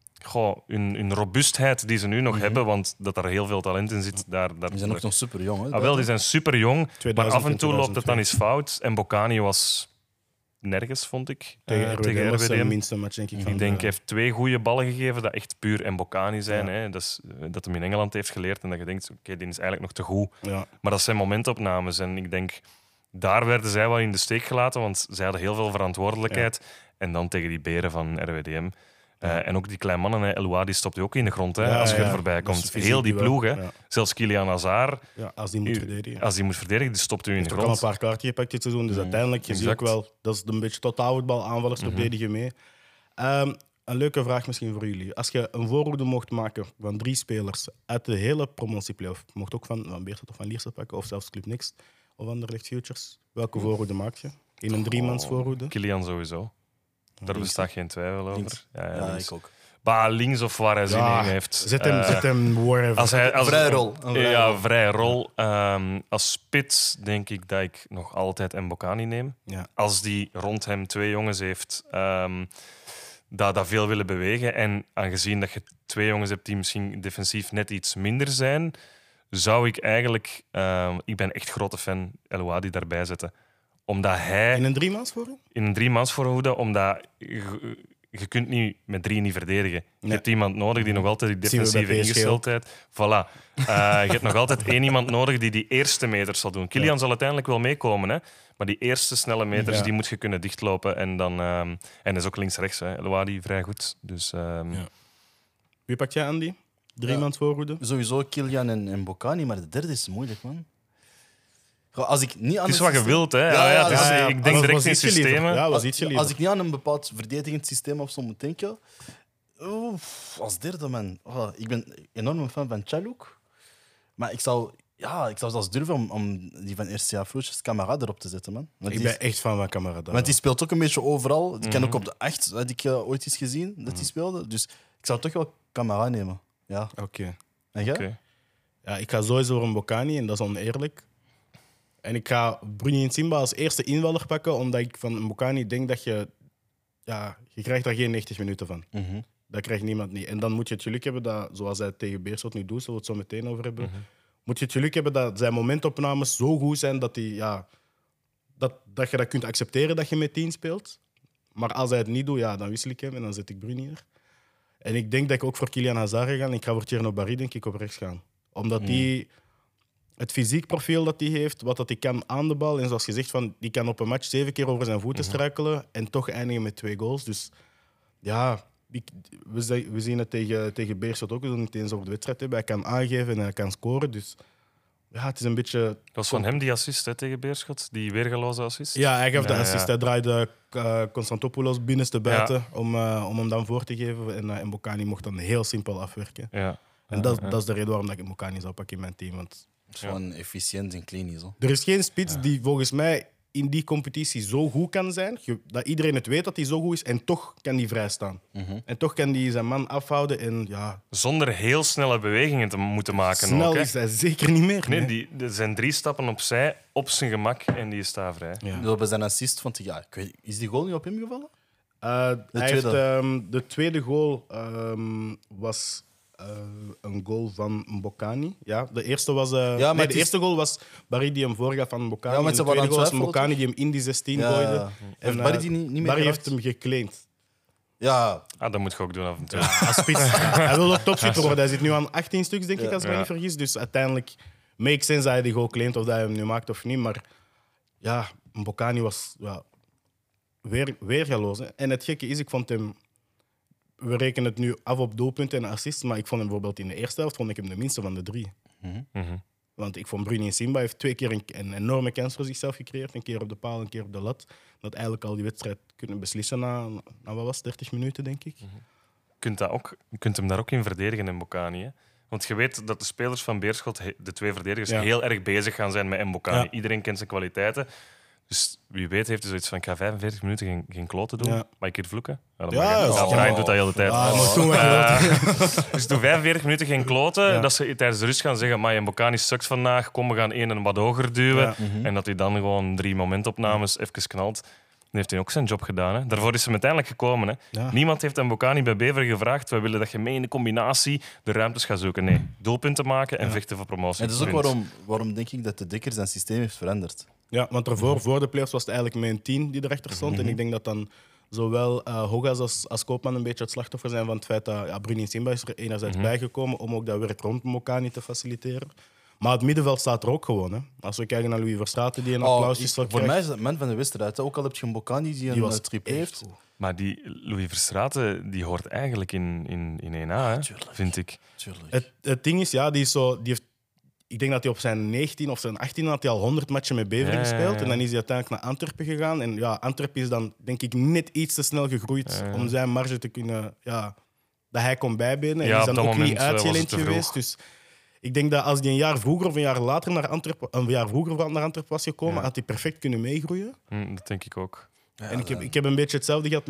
robuustheid die ze nu nog hebben, want dat er heel veel talent in zit. Die zijn ook nog super jong. Ah, wel, die zijn super jong, maar 2000 af en toe en loopt het dan 2002. eens fout. En Bocani was nergens, vond ik, Tegen RWDM was zijn RWDM. minste match, denk ik. Ik denk, hij heeft 2 goede ballen gegeven dat echt puur Mbokani zijn. Ja. Hè. Dat hem in Engeland heeft geleerd en dat je denkt, oké, die is eigenlijk nog te goed. Ja. Maar dat zijn momentopnames en ik denk, daar werden zij wel in de steek gelaten, want zij hadden heel veel verantwoordelijkheid. En dan tegen die beren van RWDM. En ook die kleine mannen, hè. Eloua, die stopt je ook in de grond hè, als je er voorbij Dat is komt. fysiek Heel die wel. ploeg, hè. Ja. Zelfs Kylian Hazard, Ja, als die moet verdedigen. als die moet verdedigen, die stopt u in Hij de heeft ook al een grond. paar kaartjes gepakt dit seizoen. Dus uiteindelijk, je ziet ook exact. wel, dat is een beetje totaalvoetbal, aanvallers verdedigen mee. Een leuke vraag misschien voor jullie. Als je een voorhoede mocht maken van 3 spelers uit de hele promotieplayoff, mocht ook van Beerschot of van Lierse pakken, of zelfs Club Next of Anderlecht Futures, welke voorhoede maak je? In een 3-mans voorhoede? Kylian sowieso. Daar Links, bestaat geen twijfel over. Links. Ja, links. ik ook. Bah, links of waar hij zin in heeft. Zet hem wherever. Als Vrije rol. Een vrije Ja, rol. vrije rol. Als spits denk ik dat ik nog altijd Mbokani neem. Ja. Als die rond hem 2 jongens heeft dat veel willen bewegen en aangezien dat je 2 jongens hebt die misschien defensief net iets minder zijn, zou ik eigenlijk... ik ben echt grote fan Elouadi daarbij zetten. Omdat hij... In een 3-mans voorhoede? In een 3-mans voorhoede, omdat je kunt niet met 3 niet verdedigen. Je Nee. hebt iemand nodig die nog altijd die Zien we bij defensieve PSG ingesteldheid... Voilà. Je hebt nog altijd 1 iemand nodig die eerste meters zal doen. Kilian zal uiteindelijk wel meekomen, hè? Maar die eerste snelle meters Ja. die moet je kunnen dichtlopen. En dan en dat is ook links-rechts. Elouadi vrij goed. Dus, Ja. Wie pak jij, Andy? 3 Ja. man voorhoede? Sowieso Kilian en Bocani, maar de derde is moeilijk, man. Goh, als ik niet aan het is een wat je systeem- wilt, hè? Ja, Dus, ja, ik denk Was direct in ietsje liever. systemen. Ja, was ietsje liever. Als ik niet aan een bepaald verdedigend systeem of zo moet denken. Als derde, man. Ik ben enorm een fan van Chaluk. Maar ik zou zelfs durven om die van RCA Froesjes Camara erop te zetten, man. Want Ik die, ben echt fan van Camara. want die speelt ook een beetje overal. Die kan ook op de 8, had ik ooit eens gezien dat hij speelde. Dus ik zou toch wel Camara nemen. Ja. Oké. En jij? Oké. Ja, ik ga sowieso voor een Bocani en dat is oneerlijk. En ik ga Bruni Simba als eerste invaller pakken, omdat ik van een Bocani denk dat je... Ja, je krijgt daar geen 90 minuten van. Mhm. Dat krijgt niemand niet. En dan moet je het geluk hebben dat, zoals hij tegen Beerschot nu doet, zullen we het zo meteen over hebben, moet je het geluk hebben dat zijn momentopnames zo goed zijn dat, dat je dat kunt accepteren dat je met 10 speelt. Maar als hij het niet doet, ja, dan wissel ik hem en dan zet ik Bruni er. En ik denk dat ik ook voor Kylian Hazard ga gaan. Ik ga voor Tierno Barry denk ik op rechts gaan. Omdat die het fysiek profiel dat hij heeft, wat dat hij kan aan de bal. En zoals gezegd, die kan op een match 7 keer over zijn voeten struikelen en toch eindigen met 2 goals. Dus ja, we zien het tegen Beerschot ook. We zullen het eens over de wedstrijd hebben. Hij kan aangeven en hij kan scoren. Dus ja, het is een beetje... Dat was van hem die assist hè, tegen Beerschot, die weergaloze assist. Ja, hij gaf de Ja, assist. ja. Hij draaide Constantopoulos binnenste buiten om hem dan voor te geven. En Bocani mocht dan heel simpel afwerken. Ja. En dat is de reden waarom ik Bocani zou pakken in mijn team. Want Het is gewoon efficiënt en klinisch. Zo. er is geen spits die volgens mij in die competitie zo goed kan zijn. Dat iedereen het weet dat hij zo goed is. En toch kan hij vrij staan. En toch kan hij zijn man afhouden. En ja, Zonder heel snelle bewegingen te moeten maken. snel ook, hè. is hij zeker niet meer. Nee, er zijn 3 stappen opzij, op zijn gemak en die is daar vrij. Ja. Zo bij zijn assist vond ik, ik weet, is die goal niet op hem gevallen? Hij heeft, de tweede goal was een goal van Bocani. Ja, de eerste was... maar nee, het de is- eerste goal was Barry die hem voorgaf van Bocani. Ja, maar en ze de waren tweede goal aan was het Bocani twijfelen, die hem in die 16 Ja. gooide. Heeft En, Barry die niet meer Barry geraakt? heeft hem geclaimd. Ja, Dat moet je ook doen af en toe. Als spits. Hij wil ook topschutter worden. Hij zit nu aan 18 stuks, denk ik, als ik me Ja. niet vergis. Dus uiteindelijk makes sense dat hij die goal claimt of dat hij hem nu maakt of niet. Maar ja, Bocani was weergaloos. Hè. En het gekke is, ik vond hem... We rekenen het nu af op doelpunten en assists, maar ik vond hem bijvoorbeeld in de eerste helft vond ik hem de minste van de 3. Mhm. Want ik vond Bruni Simba heeft 2 keer een enorme kans voor zichzelf gecreëerd. Een keer op de paal, een keer op de lat. Dat eigenlijk al die wedstrijd kunnen beslissen na wat was het, 30 minuten, denk ik. Je kunt hem daar ook in verdedigen in Bocani. Hè? Want je weet dat de spelers van Beerschot, de 2 verdedigers, Ja. heel erg bezig gaan zijn met Mbokani. Ja. Iedereen kent zijn kwaliteiten. Dus wie weet heeft hij zoiets van, ik ga 45 minuten geen kloten doen. Ja. Mag ik hier vloeken? Ja, dat Ja, mag, hè. dat is- Brian doet dat heel de tijd. Ah, maar toen wel. Dus doe 45 minuten geen kloten. Ja. Dat ze tijdens de rust gaan zeggen, maar Mbokani sukt vandaag, kom, we gaan 1 en wat hoger duwen. Ja. En dat hij dan gewoon 3 momentopnames even knalt. Dan heeft hij ook zijn job gedaan. Hè. Daarvoor is hij uiteindelijk gekomen. Hè. Ja. Niemand heeft Mbokani bij Bever gevraagd, wij willen dat je mee in de combinatie de ruimtes gaat zoeken. Nee, doelpunten maken en vechten voor promotie. en dat is ook Punt. waarom denk ik dat de Dekker zijn systeem heeft veranderd. Ja, want ervoor, voor de playoffs, was het eigenlijk met een 10 die erachter stond. En ik denk dat dan zowel Hogas als Koopman een beetje het slachtoffer zijn van het feit dat Bruni Simba is er enerzijds bijgekomen om ook dat werk rond Mokani te faciliteren. Maar het middenveld staat er ook gewoon. Hè. Als we kijken naar Louis Verstraeten, die een applausjes voor mij is het man van de wedstrijd. Hè. Ook al heb je een Bocani die een was triple echt heeft. goed. Maar die Louis Verstraeten die hoort eigenlijk in 1A, hè, tuurlijk. vind ik. Tuurlijk. Het ding is, ja, die heeft, ik denk dat hij op zijn 19 of zijn 18 had hij al 100 matchen met Beveren Ja, ja, ja. gespeeld. En dan is hij uiteindelijk naar Antwerpen gegaan. En ja, Antwerpen is dan, denk ik, net iets te snel gegroeid om zijn marge te kunnen... Ja, dat hij kon bijbenen. En Ja, is op dan dat ook moment niet was het uitgeleend te vroeg. geweest. Dus ik denk dat als hij een jaar vroeger of een jaar later naar Antwerpen, naar Antwerpen was gekomen, had hij perfect kunnen meegroeien. Dat denk ik ook. En ik heb een beetje hetzelfde gehad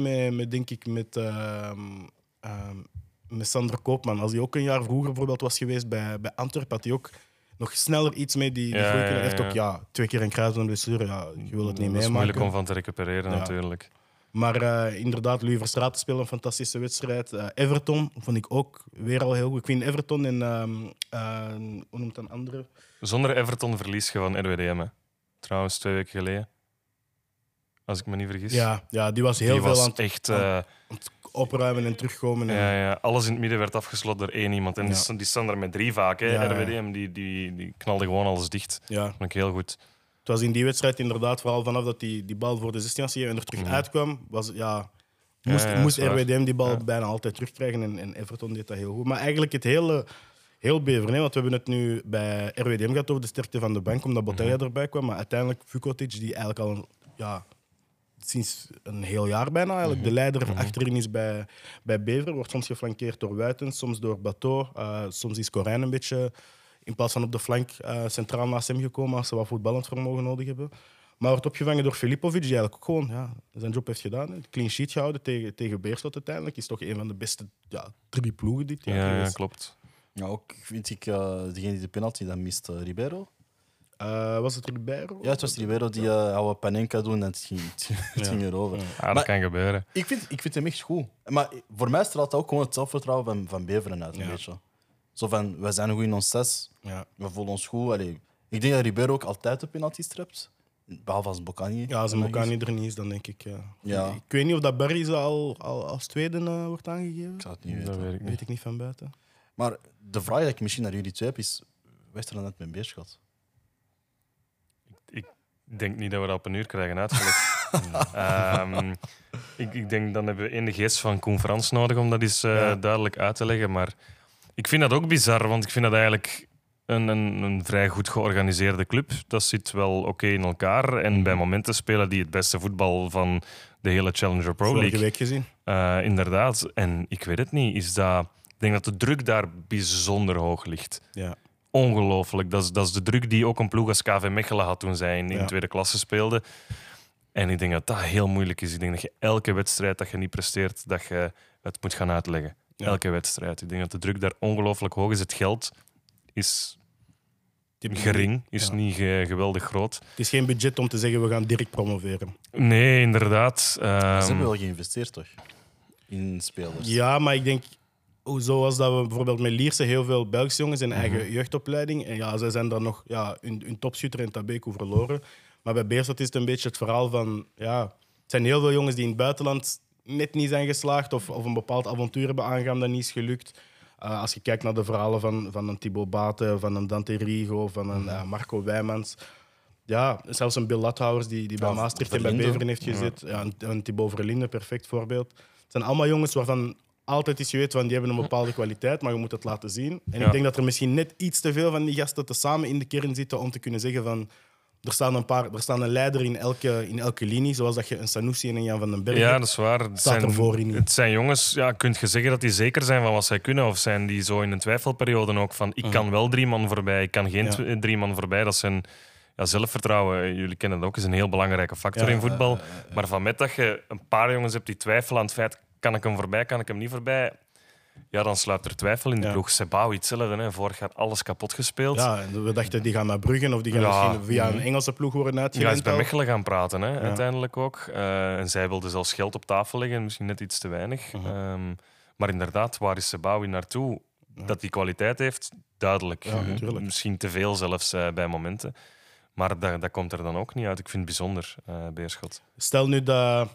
met Sander Koopman. Als hij ook een jaar vroeger bijvoorbeeld was geweest bij Antwerpen, had hij ook nog sneller iets mee die Ja, groei ja, kunnen. Hij heeft ja. ook 2 keer een kruisbandblessure. Ja, je wil het niet Dat is moeilijk om meemaken. van te recupereren, Ja. natuurlijk. Maar inderdaad, Louis Verstraeten speelde een fantastische wedstrijd. Everton vond ik ook weer al heel goed. Ik vind Everton en hoe noemt een andere? Zonder Everton verlies je van RWDM. Hè. Trouwens, 2 weken geleden. Als ik me niet vergis. Ja, die was heel die veel was aan het echt... opruimen en terugkomen. En... Ja, alles in het midden werd afgesloten door één iemand. En die staan er met 3 vaak. Hè. Ja. RWDM die knalde gewoon alles dicht. Ja. Vond ik heel goed. Het was in die wedstrijd inderdaad, vooral vanaf dat die bal voor de 16 was en er terug uitkwam, moest RWDM die bal bijna altijd terugkrijgen. En Everton deed dat heel goed. Maar eigenlijk het heel Beveren. Want we hebben het nu bij RWDM gehad over de sterkte van de bank, omdat Botella erbij kwam. Maar uiteindelijk Vukotic, die eigenlijk al sinds een heel jaar bijna eigenlijk de leider achterin is bij Beveren. Wordt soms geflankeerd door Wuitens, soms door Bateau. Soms is Corijn een beetje in plaats van op de flank centraal naast hem gekomen als ze wat voetballend vermogen nodig hebben. Maar wordt opgevangen door Filipovic, die eigenlijk ook gewoon zijn job heeft gedaan. Hè. Clean sheet gehouden tegen Beerschot uiteindelijk. Is toch een van de beste 3 ploegen dit jaar. Ja, klopt. Ja, ook vind ik degene die de penalty dan mist, Ribeiro. Was het Ribeiro? Ja, het was Ribeiro die oude Panenka doen en het ging erover. Ja, dat kan gebeuren. Ik vind hem echt goed. Maar voor mij straalt dat ook gewoon het zelfvertrouwen van Beveren uit, een beetje. Zo van, wij zijn goed in ons 6, we voelen ons goed. Allee, ik denk dat Ribeiro ook altijd de penalty trapt. Behalve als Bocani. Ja, als Bocani er niet is, dan denk ik... Ja. Ik weet niet of dat Barry al als tweede wordt aangegeven. Ik zou het niet weten. Dat Weet ik niet van buiten. Maar de vraag die ik misschien naar jullie twee heb is... Westerlo net met Beerschot. Ik denk niet dat we dat op een uur krijgen uitgelegd. Ik denk dan hebben we in de geest van Koen Frans nodig om dat eens duidelijk uit te leggen. Maar ik vind dat ook bizar, want ik vind dat eigenlijk een vrij goed georganiseerde club. Dat zit wel oké in elkaar. En bij momenten spelen die het beste voetbal van de hele Challenger Pro League. Vorige week gezien. Inderdaad. En ik weet het niet. Ik denk dat de druk daar bijzonder hoog ligt. Ja. Ongelooflijk. Dat is de druk die ook een ploeg als KV Mechelen had toen zij in tweede klasse speelde. En ik denk dat dat heel moeilijk is. Ik denk dat je elke wedstrijd dat je niet presteert, dat je het moet gaan uitleggen. Ja. Elke wedstrijd. Ik denk dat de druk daar ongelooflijk hoog is. Het geld is gering, is niet geweldig groot. Het is geen budget om te zeggen, we gaan direct promoveren. Nee, inderdaad. Ze hebben wel geïnvesteerd, toch? In spelers. Ja, maar ik denk... Zoals dat we bijvoorbeeld met Lierse heel veel Belgische jongens in eigen jeugdopleiding. En zij zijn dan nog hun topschutter in Tabeco verloren. Maar bij Beerschot is het een beetje het verhaal van... het zijn heel veel jongens die in het buitenland net niet zijn geslaagd of een bepaald avontuur hebben aangegaan dat niet is gelukt. Als je kijkt naar de verhalen van een Thibaut Bate, van een Dante Rigo, van een Marco Wijmans. Ja, zelfs een Bill Lathouwers die bij Maastricht en bij Beveren heeft gezet. Ja, een Thibaut Verlinde, perfect voorbeeld. Het zijn allemaal jongens waarvan... altijd is geweten van die hebben een bepaalde kwaliteit, maar je moet het laten zien. En ik denk dat er misschien net iets te veel van die gasten tezamen in de kern zitten om te kunnen zeggen van er staan een leider in elke linie, zoals dat je een Sanusi en een Jan van den Berg. Ja, dat is waar. Het zijn jongens, kun je zeggen dat die zeker zijn van wat zij kunnen, of zijn die zo in een twijfelperiode ook van ik kan wel 3 man voorbij, ik kan geen 3 man voorbij. Dat zijn zelfvertrouwen, jullie kennen dat ook, is een heel belangrijke factor in voetbal. Maar van met dat je een paar jongens hebt die twijfelen aan het feit kan ik hem voorbij, kan ik hem niet voorbij? Ja, dan sluipt er twijfel in de ploeg. Sebao, hetzelfde. Hè. Vorig jaar alles kapot gespeeld. Ja, en we dachten die gaan naar Bruggen of die gaan misschien via een Engelse ploeg worden uitgeleend. Ja, is bij Mechelen gaan praten, hè, uiteindelijk ook. En zij wilden zelfs geld op tafel leggen, misschien net iets te weinig. Maar inderdaad, waar is Sebao naartoe? Dat die kwaliteit heeft, duidelijk. Misschien te veel zelfs bij momenten. Maar dat komt er dan ook niet uit. Ik vind het bijzonder, Beerschot. Stel nu dat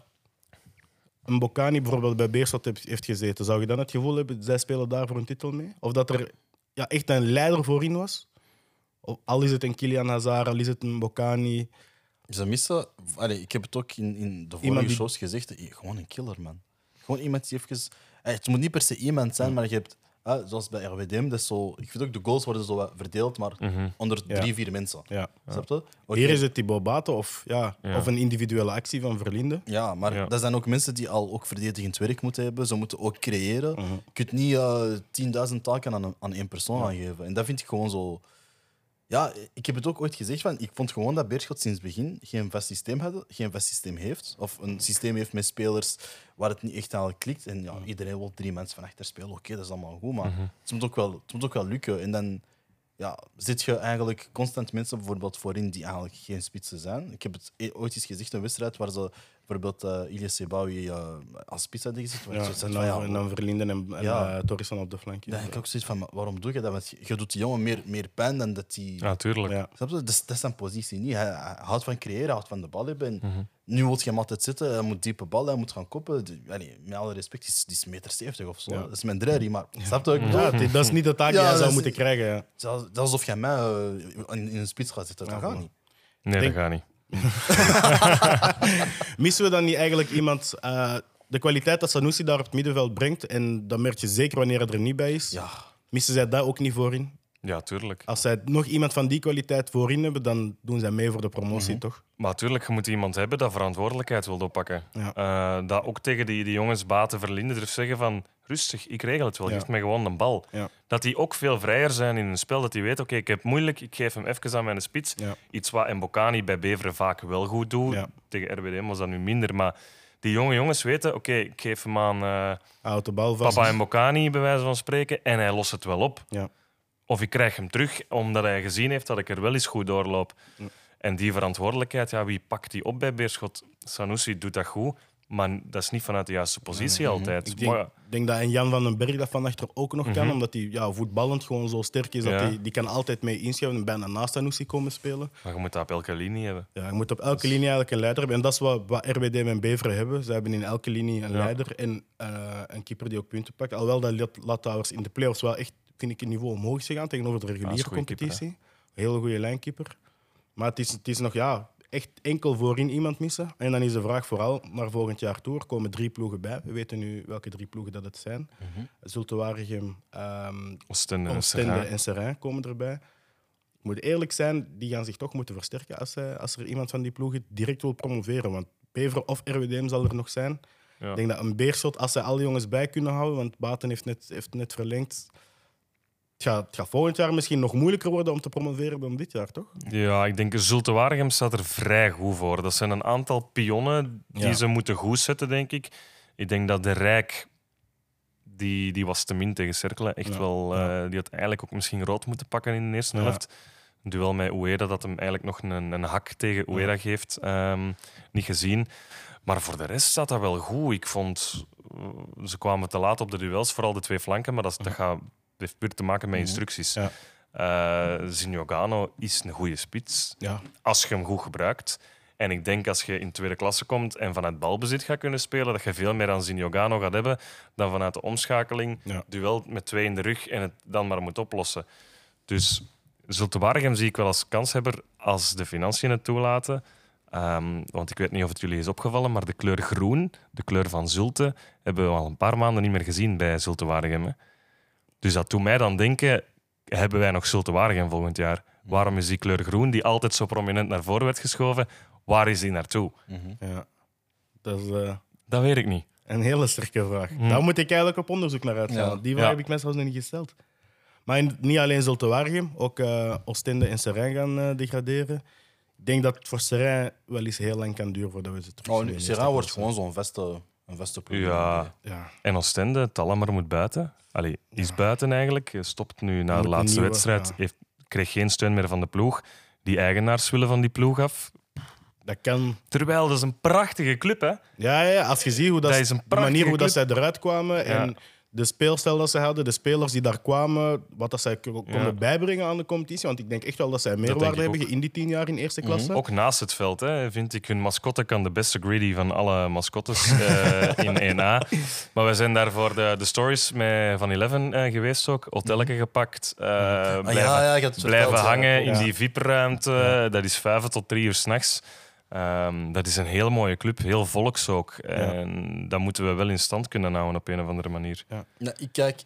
een Bocani bijvoorbeeld bij Beerschot heeft gezeten, zou je dan het gevoel hebben, zij spelen daar voor een titel mee? Of dat er echt een leider voorin was? Al is het een Kylian Hazard, al is het een Bocani. Ze missen... ik heb het ook in de vorige shows gezegd. Gewoon een killer, man. Gewoon iemand die even... Het moet niet per se iemand zijn, maar je hebt... zoals bij RWDM, dat is zo, ik vind ook de goals worden zo wat verdeeld, maar onder 3-4 mensen. Ja. Snap je? Hier is het Thibaut Bate of een individuele actie van Verlinde. Ja, maar dat zijn ook mensen die al ook verdedigend werk moeten hebben. Ze moeten ook creëren. Je kunt niet 10.000 taken aan 1 persoon aangeven. En dat vind ik gewoon zo... Ja, ik heb het ook ooit gezegd. Ik vond gewoon dat Beerschot sinds het begin geen vast systeem heeft. Of een systeem heeft met spelers waar het niet echt aan klikt. En iedereen wil 3 mensen van achter spelen. Oké, dat is allemaal goed, maar het moet ook wel lukken. En dan zit je eigenlijk constant mensen bijvoorbeeld voorin die eigenlijk geen spitsen zijn. Ik heb het ooit eens gezegd, een wedstrijd waar ze bijvoorbeeld Ilyes Sebawi als spits hadden gezet. Ja, en dan Verlinden en Torisson op de flank. Dan denk ik ook zoiets van, waarom doe je dat? Want je doet die jongen meer pijn dan dat hij... Ja, tuurlijk. Ja. Snap je? Dat is zijn positie niet. Hij houdt van creëren, hij houdt van de bal hebben. Nu wil je hem altijd zitten, hij moet diepe ballen, hij moet gaan koppen. Met alle respect, die is 1,70 meter of zo. Ja. Dat is mijn drie, maar snap je wat ik bedoel? Ja, dat is niet de taak die hij dat zou is- moeten krijgen. Ja. Dat is alsof jij mij in een spits gaat zitten. Dat Ja, gaat voilà. niet. Nee, Denk- dat gaat niet. Missen we dan niet eigenlijk iemand... de kwaliteit dat Sanusi daar op het middenveld brengt, en dat merk je zeker wanneer hij er niet bij is, Ja. missen zij daar ook niet voorin? Ja, tuurlijk. Als zij nog iemand van die kwaliteit voorin hebben, dan doen zij mee voor de promotie, toch? Maar natuurlijk, je moet iemand hebben dat verantwoordelijkheid wil oppakken. Ja. Dat ook tegen die jongens baten Verlinden durft zeggen van rustig, ik regel het wel, Ja. geef mij gewoon een bal. Ja. Dat die ook veel vrijer zijn in een spel, dat die weten, oké, ik heb het moeilijk, ik geef hem even aan mijn spits. Ja. Iets wat Mbokani bij Beveren vaak wel goed doet. Ja. Tegen RWDM was dat nu minder, maar die jonge jongens weten, oké, ik geef hem aan Houdt de bal vast. papa Mbokani, bij wijze van spreken, en hij lost het wel op. Ja. Of ik krijg hem terug, omdat hij gezien heeft dat ik er wel eens goed doorloop. Ja. En die verantwoordelijkheid, ja, wie pakt die op bij Beerschot? Sanusi doet dat goed, maar dat is niet vanuit de juiste positie altijd. Ik denk, Maar ja, denk dat een Jan van den Berg dat van achter ook nog kan, omdat hij voetballend gewoon zo sterk is. Dat Ja. die kan altijd mee inschuiven en bijna naast Sanusi komen spelen. maar je moet dat op elke linie hebben. Ja, je moet op elke linie eigenlijk een leider hebben. En dat is wat RWDM en Beveren hebben. Ze hebben in elke linie een Ja. leider en een keeper die ook punten pakt. Alhoewel dat Latouwers in de play-offs wel echt, vind ik, een niveau omhoog is gegaan tegenover de is reguliere een goeie competitie. Een hele goede lijnkeeper. Maar het is nog echt enkel voorin iemand missen. En dan is de vraag vooral naar volgend jaar toe. Er komen 3 ploegen bij. We weten nu welke 3 ploegen dat het zijn. Zulte Waregem, Oostende, Oostende Serrain. en Serrain komen erbij. Ik moet eerlijk zijn, die gaan zich toch moeten versterken als er iemand van die ploegen direct wil promoveren. Want Beveren of RWDM zal er nog zijn. Ja. Ik denk dat een Beerschot, als zij al die jongens bij kunnen houden, want Baten heeft net verlengd. Het gaat volgend jaar misschien nog moeilijker worden om te promoveren dan dit jaar, toch? Ja, ik denk Zulte Waregem staat er vrij goed voor. Dat zijn een aantal pionnen die Ja. ze moeten goed zetten, denk ik. Ik denk dat de Rijk, die was te min tegen Cerkelen. Echt Ja. wel, Ja. die had eigenlijk ook misschien rood moeten pakken in de eerste Ja. helft. Een duel met Ueda, dat hem eigenlijk nog een hak tegen Ueda geeft. Niet gezien. Maar voor de rest staat dat wel goed. Ik vond, ze kwamen te laat op de duels, vooral de 2 flanken, maar dat heeft puur te maken met instructies. Ja. Zinjogano is een goede spits, Ja. als je hem goed gebruikt. En ik denk als je in tweede klasse komt en vanuit balbezit gaat kunnen spelen, dat je veel meer aan Zinjogano gaat hebben dan vanuit de omschakeling. Ja. Duel met 2 in de rug en het dan maar moet oplossen. Dus Zulte Waregem zie ik wel als kanshebber als de financiën het toelaten. Want ik weet niet of het jullie is opgevallen, maar de kleur groen, de kleur van Zulte, hebben we al een paar maanden niet meer gezien bij Zulte Waregem. Hè. Dus dat doet mij dan denken, hebben wij nog Zulte Waregem volgend jaar? Waarom is die kleur groen, die altijd zo prominent naar voren werd geschoven, waar is die naartoe? Ja. Dat is Dat weet ik niet. een hele sterke vraag. Daar moet ik eigenlijk op onderzoek naar uitgaan. Ja. want Die vraag Ja. heb ik mij zelfs nog niet gesteld. Maar niet alleen Zulte Waregem, ook Oostende en Serrain gaan degraderen. Ik denk dat het voor Serrain wel eens heel lang kan duren voordat we ze terug zien in de eerste Serrain wordt klasse. gewoon zo'n vaste ploeg. Ja. Ja. En Oostende, Talamer moet buiten. Allee, is buiten eigenlijk. Hij stopt nu na Moet de een laatste nieuwe, wedstrijd. ja. Kreeg geen steun meer van de ploeg. Die eigenaars willen van die ploeg af. Dat kan. Terwijl, dat is een prachtige club, hè? Ja, als je ziet hoe Dat is een de manier prachtige hoe dat club. zij eruit kwamen en de speelstijl dat ze hadden, de spelers die daar kwamen, wat dat zij konden Ja. bijbrengen aan de competitie. Want ik denk echt wel dat zij denk meerwaarde ik hebben ook. in die 10 jaar in eerste klasse. Ook naast het veld, hè, vind ik. Hun mascotte kan de beste greedy van alle mascottes in 1A. Maar we zijn daar voor de stories van Eleven geweest ook. Hotelletje gepakt. Blijven, je hebt het blijven verteld, hangen ja. in die VIP-ruimte. Dat is 5 tot 3 uur 's nachts. Dat is een heel mooie club, heel volks ook. En dat moeten we wel in stand kunnen houden op een of andere manier. Nou, ik kijk,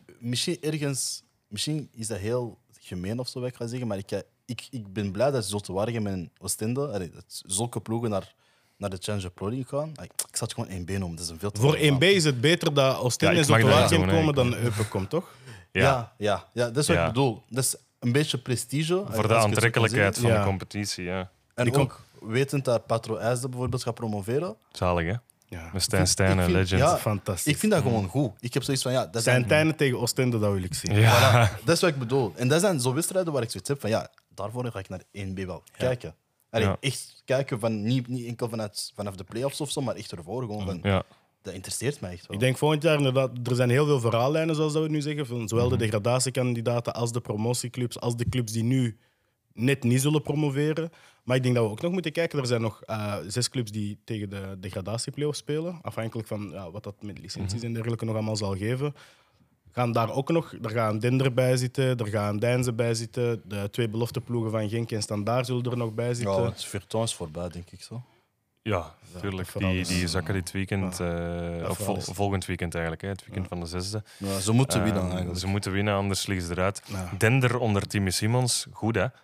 misschien is dat heel gemeen of zo, wat ik ga zeggen, maar ik ben blij dat Zulte Waregem en Oostende, dat zulke ploegen naar de Challenger Pro League gaan. Ik zat het gewoon 1B noemen, dat is een veel te Voor grote 1B is het beter dat Oostende Ja, en ik mag Zulte dat niet Waregem doen, hè. komen dan Eupen komt, toch? naam. Ja, dat is wat Ja. ik bedoel. Dat is een beetje prestige. als Voor ik de het zo kan aantrekkelijkheid zeggen. van Ja. de competitie, ja. En Die ook wetend dat Patro IJsden bijvoorbeeld gaat promoveren. Zalig, hè? Ja. Met Stijn Stijn, ik vind- legend. ja, Fantastisch. Ik vind dat gewoon goed. Ik heb zoiets van, ja, dat Zijn tijden tegen Oostende, dat wil ik zien. Ja. Dat is wat ik bedoel. En dat zijn zo wedstrijden waar ik zoiets heb van, ja, daarvoor ga ik naar 1B wel kijken. Allee, Ja. echt kijken van niet enkel vanaf de play-offs of zo, maar echt ervoor. Gewoon van, Ja. dat interesseert mij echt wel. Ik denk volgend jaar inderdaad, er zijn heel veel verhaallijnen, zoals dat we nu zeggen. Van zowel de degradatiekandidaten als de promotieclubs, als de clubs die nu net niet zullen promoveren. Maar ik denk dat we ook nog moeten kijken. Er zijn nog 6 clubs die tegen de degradatieplayoffs spelen. Afhankelijk van wat dat met licenties en dergelijke nog allemaal zal geven. Gaan daar ook nog, er gaan Dender bij zitten, er gaan Deinze bij zitten. De 2 belofteploegen van Genk en Standaard zullen er nog bij zitten. Ja, het Virton is voorbij, denk ik zo. Ja, tuurlijk. vooral Die is- zakken dit weekend, of vooral is- volgend weekend eigenlijk, hè, het weekend van de 6e. Ja, ze moeten winnen eigenlijk. Ze moeten winnen, anders vliegen ze eruit. Ja. Dender onder Timmy Simons, goed hè?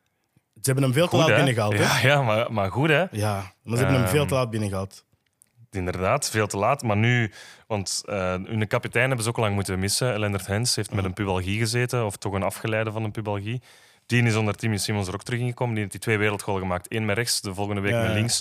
Ze hebben hem veel te Goed, laat hè? binnengehaald. Hè? Ja, maar goed hè? Ja, maar ze hebben hem veel te laat binnengehaald. Inderdaad, veel te laat. Maar nu, want hun kapitein hebben ze ook lang moeten missen. Lennart Hens heeft met een pubalgie gezeten, of toch een afgeleide van een pubalgie. Die is onder Timmy Simons er ook teruggekomen. Die heeft die 2 wereldgoalen gemaakt. 1 met rechts, de volgende week Ja, met ja. links.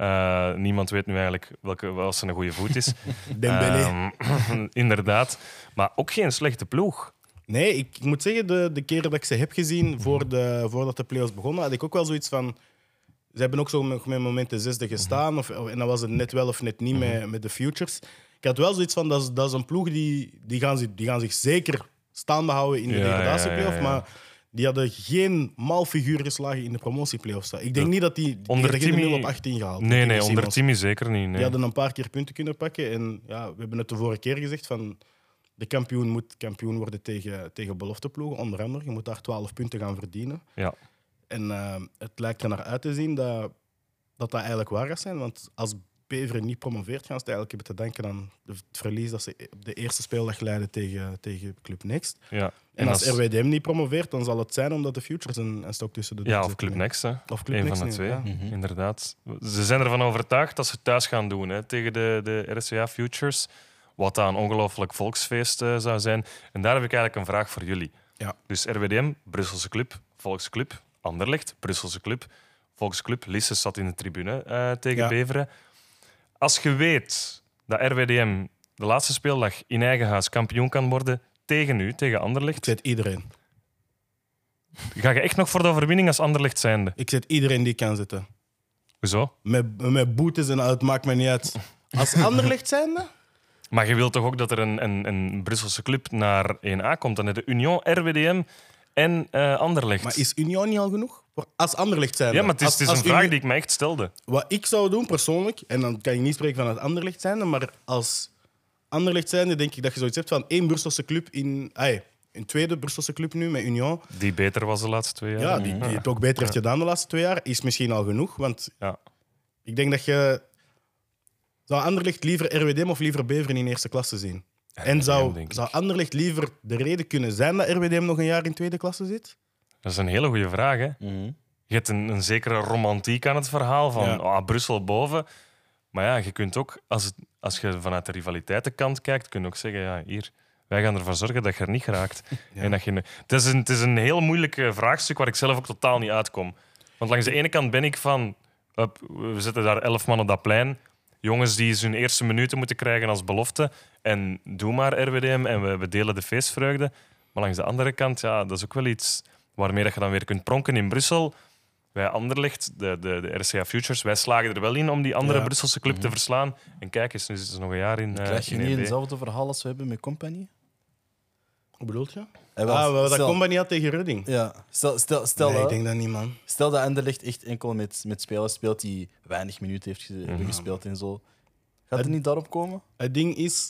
Niemand weet nu eigenlijk wat zijn goede voet is. Dembélé. Inderdaad. Maar ook geen slechte ploeg. Nee, ik moet zeggen, de keren dat ik ze heb gezien voordat de play-offs begonnen, had ik ook wel zoiets van... Ze hebben ook zo met momenten 6e gestaan, en dan was het net wel of net niet met de Futures. Ik had wel zoiets van, dat is een ploeg die gaan zich zeker staande houden in de degradatieplayoff, ja. maar die hadden geen malfiguur geslagen in de promotieplayoffs. Ik denk niet dat die Onder geen Timmy- 0 op 18 gehaald. Nee, tegen onder Simons. Timmy zeker niet. Die Nee. hadden een paar keer punten kunnen pakken. En ja, we hebben het de vorige keer gezegd van de kampioen moet kampioen worden tegen belofteploegen. Onder andere, je moet daar 12 punten gaan verdienen. Ja. En het lijkt er naar uit te zien dat eigenlijk waar gaat zijn. Want als Beveren niet promoveert, gaan ze het eigenlijk hebben te denken aan het verlies dat ze op de eerste speeldag leiden tegen Club Next. Ja. En als RWDM niet promoveert, dan zal het zijn omdat de Futures een stok tussen de deur Ja, of zitten. Club Next. Hè. Of Club Eén Next van de nu, 2, ja. inderdaad. Ze zijn ervan overtuigd dat ze het thuis gaan doen hè, tegen de RSCA Futures. Wat dan een ongelooflijk volksfeest zou zijn. En daar heb ik eigenlijk een vraag voor jullie. Ja. Dus RWDM, Brusselse club, Volksclub, Anderlecht, Brusselse club, Volksclub. Lisse zat in de tribune tegen Ja. Beveren. Als je weet dat RWDM de laatste speeldag in eigen huis kampioen kan worden tegen u, tegen Ik Anderlecht, zet iedereen. ga je echt nog voor de overwinning als Anderlecht zijnde? Ik zet iedereen die kan zitten. Hoezo? Met boetes en het maakt me niet uit. Als Anderlecht zijnde? Maar je wilt toch ook dat er een Brusselse club naar 1A komt? Dan heb je Union, RWDM en Anderlecht. Maar is Union niet al genoeg? Als Anderlecht zijnde. Ja, maar het is een Als vraag Union- die ik me echt stelde. Wat ik zou doen persoonlijk, en dan kan je niet spreken van het Anderlecht zijnde, maar als Anderlecht zijnde denk ik dat je zoiets hebt van één Brusselse club een tweede Brusselse club nu met Union. Die beter was de laatste 2 jaar. Ja, die het ook beter heeft gedaan de laatste 2 jaar, is misschien al genoeg. Want Ja. ik denk dat je... Zou Anderlecht liever RWDM of liever Beveren in eerste klasse zien? En denk ik. zou Anderlecht liever de reden kunnen zijn dat RWDM nog een jaar in tweede klasse zit? Dat is een hele goede vraag. Hè? Mhm. Je hebt een zekere romantiek aan het verhaal van Ja. Brussel boven. Maar ja, je kunt ook, als je vanuit de rivaliteitenkant kijkt, kun je ook zeggen, ja, hier, wij gaan ervoor zorgen dat je er niet geraakt. En dat je, het is een heel moeilijk vraagstuk waar ik zelf ook totaal niet uitkom. Want langs de ene kant ben ik van, we zetten daar 11 man op dat plein. Jongens die hun eerste minuten moeten krijgen als belofte. En doe maar RWDM en we delen de feestvreugde. Maar langs de andere kant, ja, dat is ook wel iets waarmee dat je dan weer kunt pronken in Brussel. Wij Anderlecht, de RCA Futures, wij slagen er wel in om die andere Ja. Brusselse club te verslaan. En kijk eens, nu zitten ze nog een jaar in Krijg je in niet 1B. hetzelfde verhaal als we hebben met Company? Hoe bedoelt je? Stel- Dat komt niet had tegen Redding. Ja, stel, Nee, ik dat, denk dat niet, man. stel dat Anderlecht echt enkel met spelers speelt die weinig minuten hebben gespeeld en zo. Gaat het niet daarop komen? Het ding is,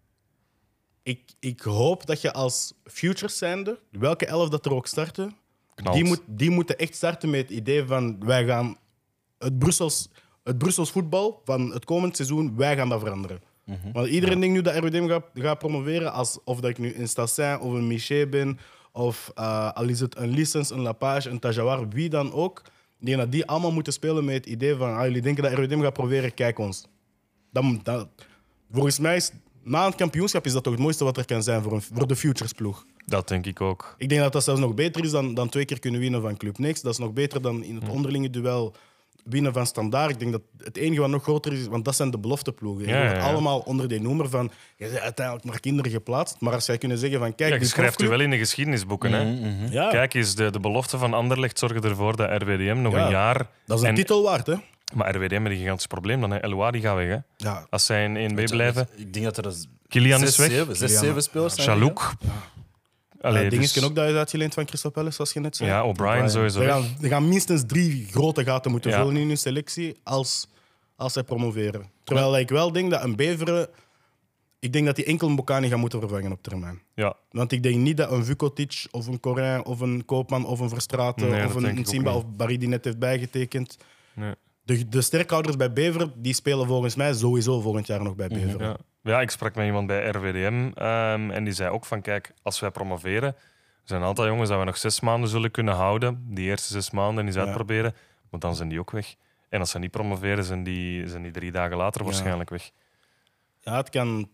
ik hoop dat je als Futures zijnde, welke 11 dat er ook starten, Knalt. die moeten echt starten met het idee van wij gaan het Brussels voetbal van het komend seizoen, wij gaan dat veranderen. Want iedereen denkt nu dat RWDM gaat promoveren, of dat ik nu een Stassin of een Miché ben, of al is het een Licence, een Lapage, een Tajawar, wie dan ook. Ik denk dat die allemaal moeten spelen met het idee van jullie denken dat RWDM gaat proberen, kijk ons. Volgens mij is na het kampioenschap is dat toch het mooiste wat er kan zijn voor de Futures-ploeg. Dat denk ik ook. Ik denk dat dat zelfs nog beter is dan 2 keer kunnen winnen van Club Next. Dat is nog beter dan in het onderlinge duel winnen van Standaard. Ik denk dat het enige wat nog groter is, want dat zijn de belofteploegen. Je Ja, wordt ja, ja. allemaal onder die noemer van, je bent uiteindelijk maar kinderen geplaatst. Maar als zij kunnen zeggen van, kijk, Ja, je die schrijft u profclub- wel in de geschiedenisboeken. Hè? Ja, Kijk eens, de belofte van Anderlecht zorgde ervoor dat RWDM nog Ja, een jaar... dat is een en- titel waard, hè? Maar RWDM heeft een gigantisch probleem dan. Hè. Eloa, die gaat weg. Hè. Ja, Als zij in 1B blijven. Ik denk dat er Kilian is weg. 6-7 spelers zijn. Chalouk. Allee, Dinges dus- ook dat is uitgeleend van Crystal Palace, zoals je net zei. Ja, O'Brien sowieso Ze weg. gaan minstens 3 grote gaten moeten Ja. vullen in hun selectie als zij promoveren. Terwijl ik wel denk dat een Beveren... Ik denk dat die enkel een Bocani gaat moeten vervangen op termijn. Ja, Want ik denk niet dat een Vukotic of een Corin of een Koopman of een Verstraeten Nee, of dat denk een ik ook Simba niet. of Barry die net heeft bijgetekend. nee. De sterkhouders bij Beveren die spelen volgens mij sowieso volgend jaar nog bij Beveren. Ja. Ja, ik sprak met iemand bij RWDM en die zei ook van kijk, als wij promoveren, er zijn een aantal jongens dat we nog 6 maanden zullen kunnen houden, die eerste 6 maanden en eens Ja. uitproberen, maar dan zijn die ook weg. En als ze niet promoveren, zijn die 3 dagen later waarschijnlijk weg. Ja, het kan...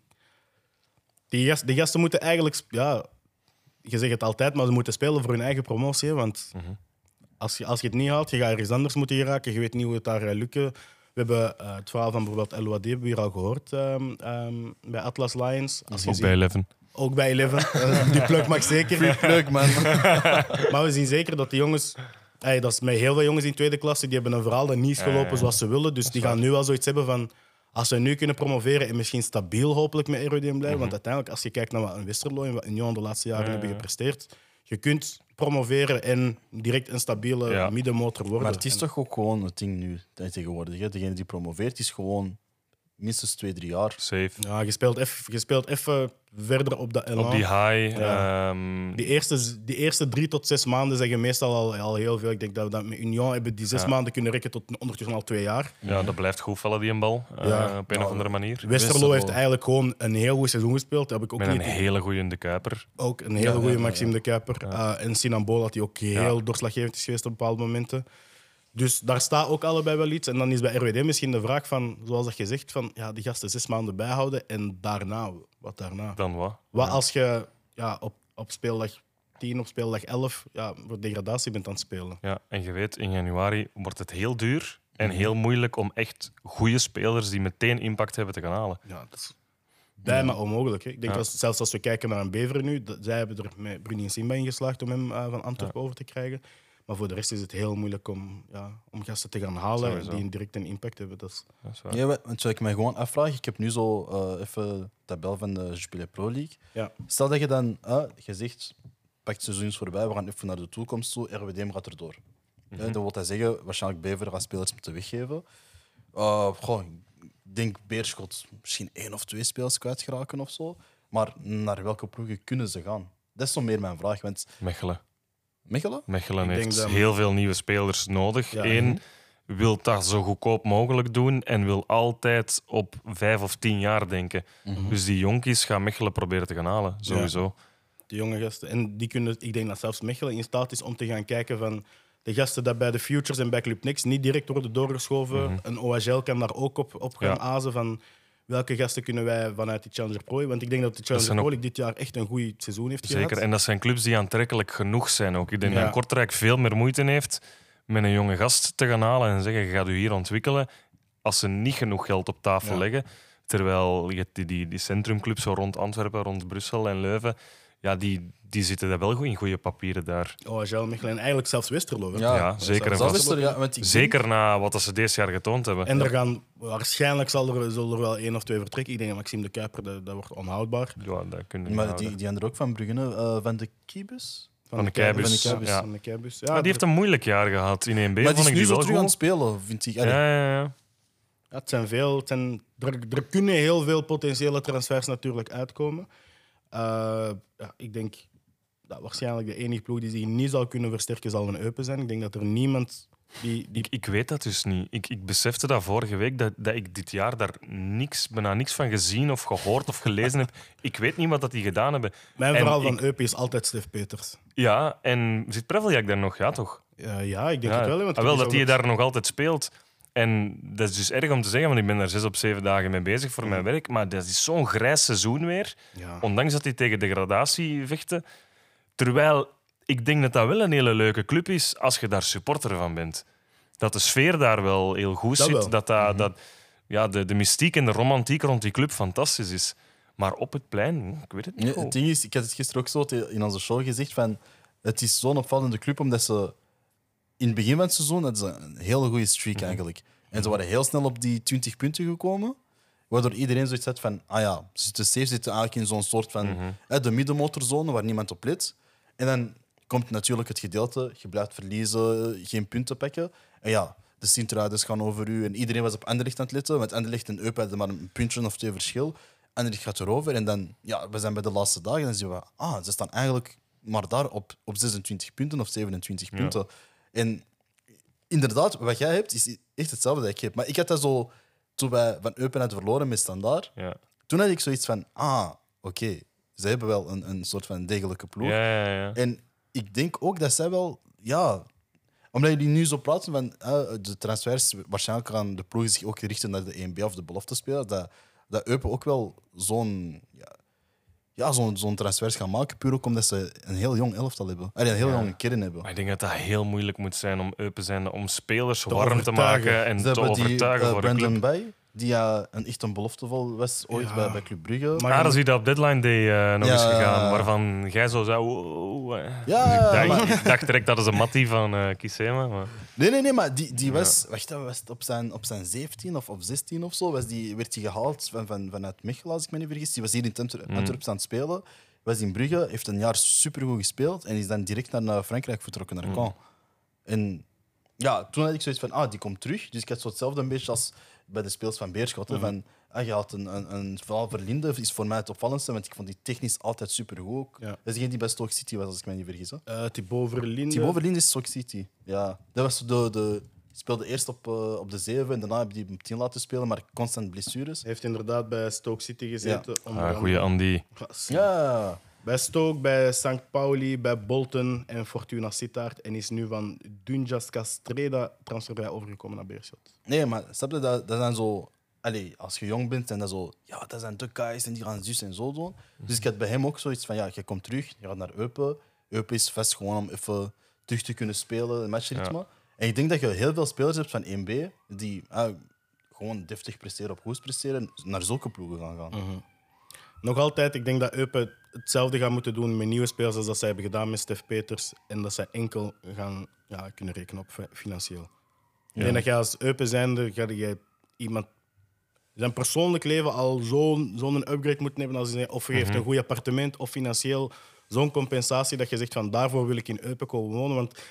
Die gasten moeten eigenlijk... Ja, je zegt het altijd, maar ze moeten spelen voor hun eigen promotie. Hè, want als je het niet haalt, je gaat ergens anders moeten geraken. Je weet niet hoe het daar gaat lukken. We hebben het verhaal van bijvoorbeeld LOAD hebben we hier al gehoord bij Atlas Lions. Als je Ook ziet- bij Eleven. Ook bij Eleven. Die pluk mag zeker. Leuk, man. Maar we zien zeker dat die jongens... dat is met heel veel jongens in tweede klasse, die hebben een verhaal dat niet is gelopen Ja. zoals ze willen. Dus die gaan nu wel zoiets hebben van... Als we nu kunnen promoveren en misschien stabiel hopelijk met RWDM blijven. Want uiteindelijk, als je kijkt naar wat een Westerlo en wat Union de laatste jaren hebben gepresteerd, je kunt promoveren en direct een stabiele Ja. middenmotor worden. Maar het is toch ook gewoon het ding nu tegenwoordig. Hè? Degene die promoveert is gewoon minstens 2-3 jaar. Safe. Ja, je speelt even verder op dat elan. Op die high. Ja. Die eerste 3 tot 6 maanden zeggen meestal al heel veel. Ik denk dat we dat met Union hebben die 6 maanden kunnen rekken tot ondertussen al 2 jaar. Ja, dat blijft goed vallen, die een bal. Ja. Op een of andere manier. Westerlo heeft eigenlijk gewoon een heel goed seizoen gespeeld. Dat heb ik ook Met een niet. hele goede De Kuiper. Ook een hele goede Maxime de Kuiper. En Sinan Bol had die ook heel doorslaggevend is geweest op bepaalde momenten. Dus daar staat ook allebei wel iets. En dan is bij RWD misschien de vraag van, zoals dat je zegt, van ja, die gasten 6 maanden bijhouden en daarna, wat daarna? Dan wat? Wat als je op speeldag 10, op speeldag 11 voor degradatie bent aan het spelen? Ja, en je weet, in januari wordt het heel duur en heel moeilijk om echt goede spelers die meteen impact hebben te gaan halen. Ja, dat is bijna onmogelijk. Hè. Ik denk dat zelfs als we kijken naar een Beveren nu, zij hebben er met Bruni en Simba in geslaagd om hem van Antwerpen over te krijgen. Maar voor de rest is het heel moeilijk om gasten te gaan halen Sowieso. die een direct een impact hebben. Dat is... Dat is waar. Ja, want zou ik mij gewoon afvragen? Ik heb nu zo even de tabel van de Jupiler Pro League. Ja. Stel dat je dan je zegt, pak het seizoen is voorbij, we gaan even naar de toekomst toe, RWDM gaat erdoor. Dan wil dat zeggen, waarschijnlijk Beveren gaat spelers moeten weggeven. Ik denk Beerschot misschien 1 of 2 spelers kwijtgeraken of zo. Maar naar welke ploegen kunnen ze gaan? Dat is zo meer mijn vraag. Want Mechelen. Mechelen? Mechelen Ik denk heeft dat- heel veel nieuwe spelers nodig. Ja. Eén, wil dat zo goedkoop mogelijk doen en wil altijd op 5 of 10 jaar denken. Dus die jonkies gaan Mechelen proberen te gaan halen, sowieso. De jonge gasten. En die kunnen, ik denk dat zelfs Mechelen in staat is om te gaan kijken van de gasten die bij de Futures en bij Club Next niet direct worden doorgeschoven. Een OHL kan daar ook op gaan Ja. azen van welke gasten kunnen wij vanuit die Challenger Pro. Want ik denk dat de Challenger zijn Pro ook- League dit jaar echt een goed seizoen heeft Zeker. gehad. En dat zijn clubs die aantrekkelijk genoeg zijn ook. Ik denk Ja. dat Kortrijk veel meer moeite heeft met een jonge gast te gaan halen en zeggen, je gaat u hier ontwikkelen, als ze niet genoeg geld op tafel Ja. leggen. Terwijl je hebt die centrumclubs zo rond Antwerpen, rond Brussel en Leuven, ja, die zitten daar wel goed in goede papieren daar. OHL, Mechelen en eigenlijk zelfs Westerlo. hè. Ja, zeker en zelfs vast. Zal Westerlo, want ik Zeker na wat ze deze jaar getoond hebben. En er gaan, waarschijnlijk zullen er wel 1 of 2 vertrekken. Ik denk dat Maxime de Kuiper, dat wordt onhoudbaar. Ja, dat kunnen we Maar niet houden. die hebben er ook van Brugge, van de Kibus. Van de Keibus. Van de Keibus. Ja. Van de Keibus. Maar die heeft een moeilijk jaar gehad in 1B. Maar die vond is ik nu die zo wel terug aan het goed. spelen, vind ik. Allee, Ja. Ja, het zijn veel. Er kunnen heel veel potentiële transfers natuurlijk uitkomen. Ik denk dat waarschijnlijk de enige ploeg die zich niet zal kunnen versterken zal een Eupen zijn. Ik denk dat er niemand die Ik weet dat dus niet. Ik besefte dat vorige week, dat ik dit jaar daar bijna niks van gezien of gehoord of gelezen heb. Ik weet niet wat dat die gedaan hebben. Mijn En verhaal ik- van Eupen is altijd Stef Peters. Ja, en zit Preveljak daar nog? Ja, toch? Ja, ik denk het wel. hè, want wel die dat hij zal daar nog altijd speelt. En dat is dus erg om te zeggen, want ik ben daar 6 of 7 dagen mee bezig voor mijn werk. Maar dat is zo'n grijs seizoen weer. Ja. Ondanks dat hij tegen degradatie vechten. Terwijl ik denk dat dat wel een hele leuke club is als je daar supporter van bent. dat de sfeer daar wel heel goed Dat zit. wel. Dat de mystiek en de romantiek rond die club fantastisch is. Maar op het plein, ik weet het niet Nee, goed. het ding is, ik had het gisteren ook zo in onze show gezegd, van, het is zo'n opvallende club, omdat ze in het begin van het seizoen hadden ze een hele goede streak eigenlijk. En ze waren heel snel op die 20 punten gekomen, waardoor iedereen zoiets had van, ah ja, ze zitten eigenlijk in zo'n soort van de middenmotorzone waar niemand op let. En dan komt natuurlijk het gedeelte, je blijft verliezen, geen punten pakken. En ja, de Sint-Truiders gaan over u en iedereen was op Anderlecht aan het letten, want Anderlecht en Eupen hadden maar een puntje of 2 verschil. Anderlecht gaat erover en dan, ja, we zijn bij de laatste dagen en dan zien we, ze staan eigenlijk maar daar op 26 punten of 27 punten. En inderdaad, wat jij hebt, is echt hetzelfde dat ik heb. Maar ik had dat zo, toen wij van Eupen hadden verloren met Standaard, Ja. toen had ik zoiets van, oké, ze hebben wel een soort van degelijke ploeg. Ja. En ik denk ook dat zij wel, ja, omdat jullie nu zo praten van de transfers, waarschijnlijk gaan de ploegen zich ook richten naar de 1B of de belofte spelen, dat Eupen ook wel zo'n transfers gaan maken, puur ook omdat ze een heel jong elftal hebben. Een heel jonge kern hebben. Maar ik denk dat dat heel moeilijk moet zijn om Eupen zijnde, om spelers warm te overtuigen. maken en Ze te hebben overtuigen voor de Brandon club. Bay, die echt een beloftevol was ooit bij Club Brugge. Maar- Dat is wie dat op deadline day nog Ja. is gegaan, waarvan jij zo zei... wow, Ja, Dus ik dacht direct dat is een Mattie van Kisema. Maar... Nee, maar die was, wacht, was het op zijn 17 of 16 of zo, werd hij gehaald vanuit Mechelen, als ik me niet vergis. Die was hier in Antwerpen aan het spelen, was in Brugge, heeft een jaar supergoed gespeeld en is dan direct naar Frankrijk vertrokken, naar Caen. En ja, toen had ik zoiets van, die komt terug. Dus ik had zo hetzelfde een beetje als bij de speels van Beerschot. Hè, van, je had een Val Verlinde, is voor mij het opvallendste, want ik vond die technisch altijd supergoed. Ja. Dat is degene die bij Stoke City was, als ik me niet vergis. Hè. Thibaut Verlinde. Thibaut Verlinde is Stoke City. Ja. Dat was die speelde eerst op de 7 en daarna heb je die op 10 laten spelen, maar constant blessures. Heeft inderdaad bij Stoke City gezeten. onder andere. Goeie Andy. Ja. Bij Stoke, bij St. Pauli, bij Bolton en Fortuna Sittard. En is nu van Dunjas Castreda transfervrij overgekomen naar Beerschot. Nee, maar snap je, dat zijn zo... Allee, als je jong bent, en dat zo... Ja, dat zijn de guys en die gaan zus en zo doen. Dus ik had bij hem ook zoiets van... Ja, je komt terug, je gaat naar Eupen. Eupen is vast gewoon om even terug te kunnen spelen, een matchritme. Ja. En ik denk dat je heel veel spelers hebt van 1B die gewoon deftig presteren op goed presteren, naar zulke ploegen gaan gaan. Nog altijd, ik denk dat Eupen hetzelfde gaat moeten doen met nieuwe spelers als dat zij hebben gedaan met Stef Peters. En dat zij enkel gaan kunnen rekenen op financieel. Ik denk dat je als Eupen zijnde, ga je iemand zijn persoonlijk leven al zo'n upgrade moeten hebben. Als hij of je heeft een goed appartement of financieel zo'n compensatie dat je zegt van daarvoor wil ik in Eupen komen wonen. Want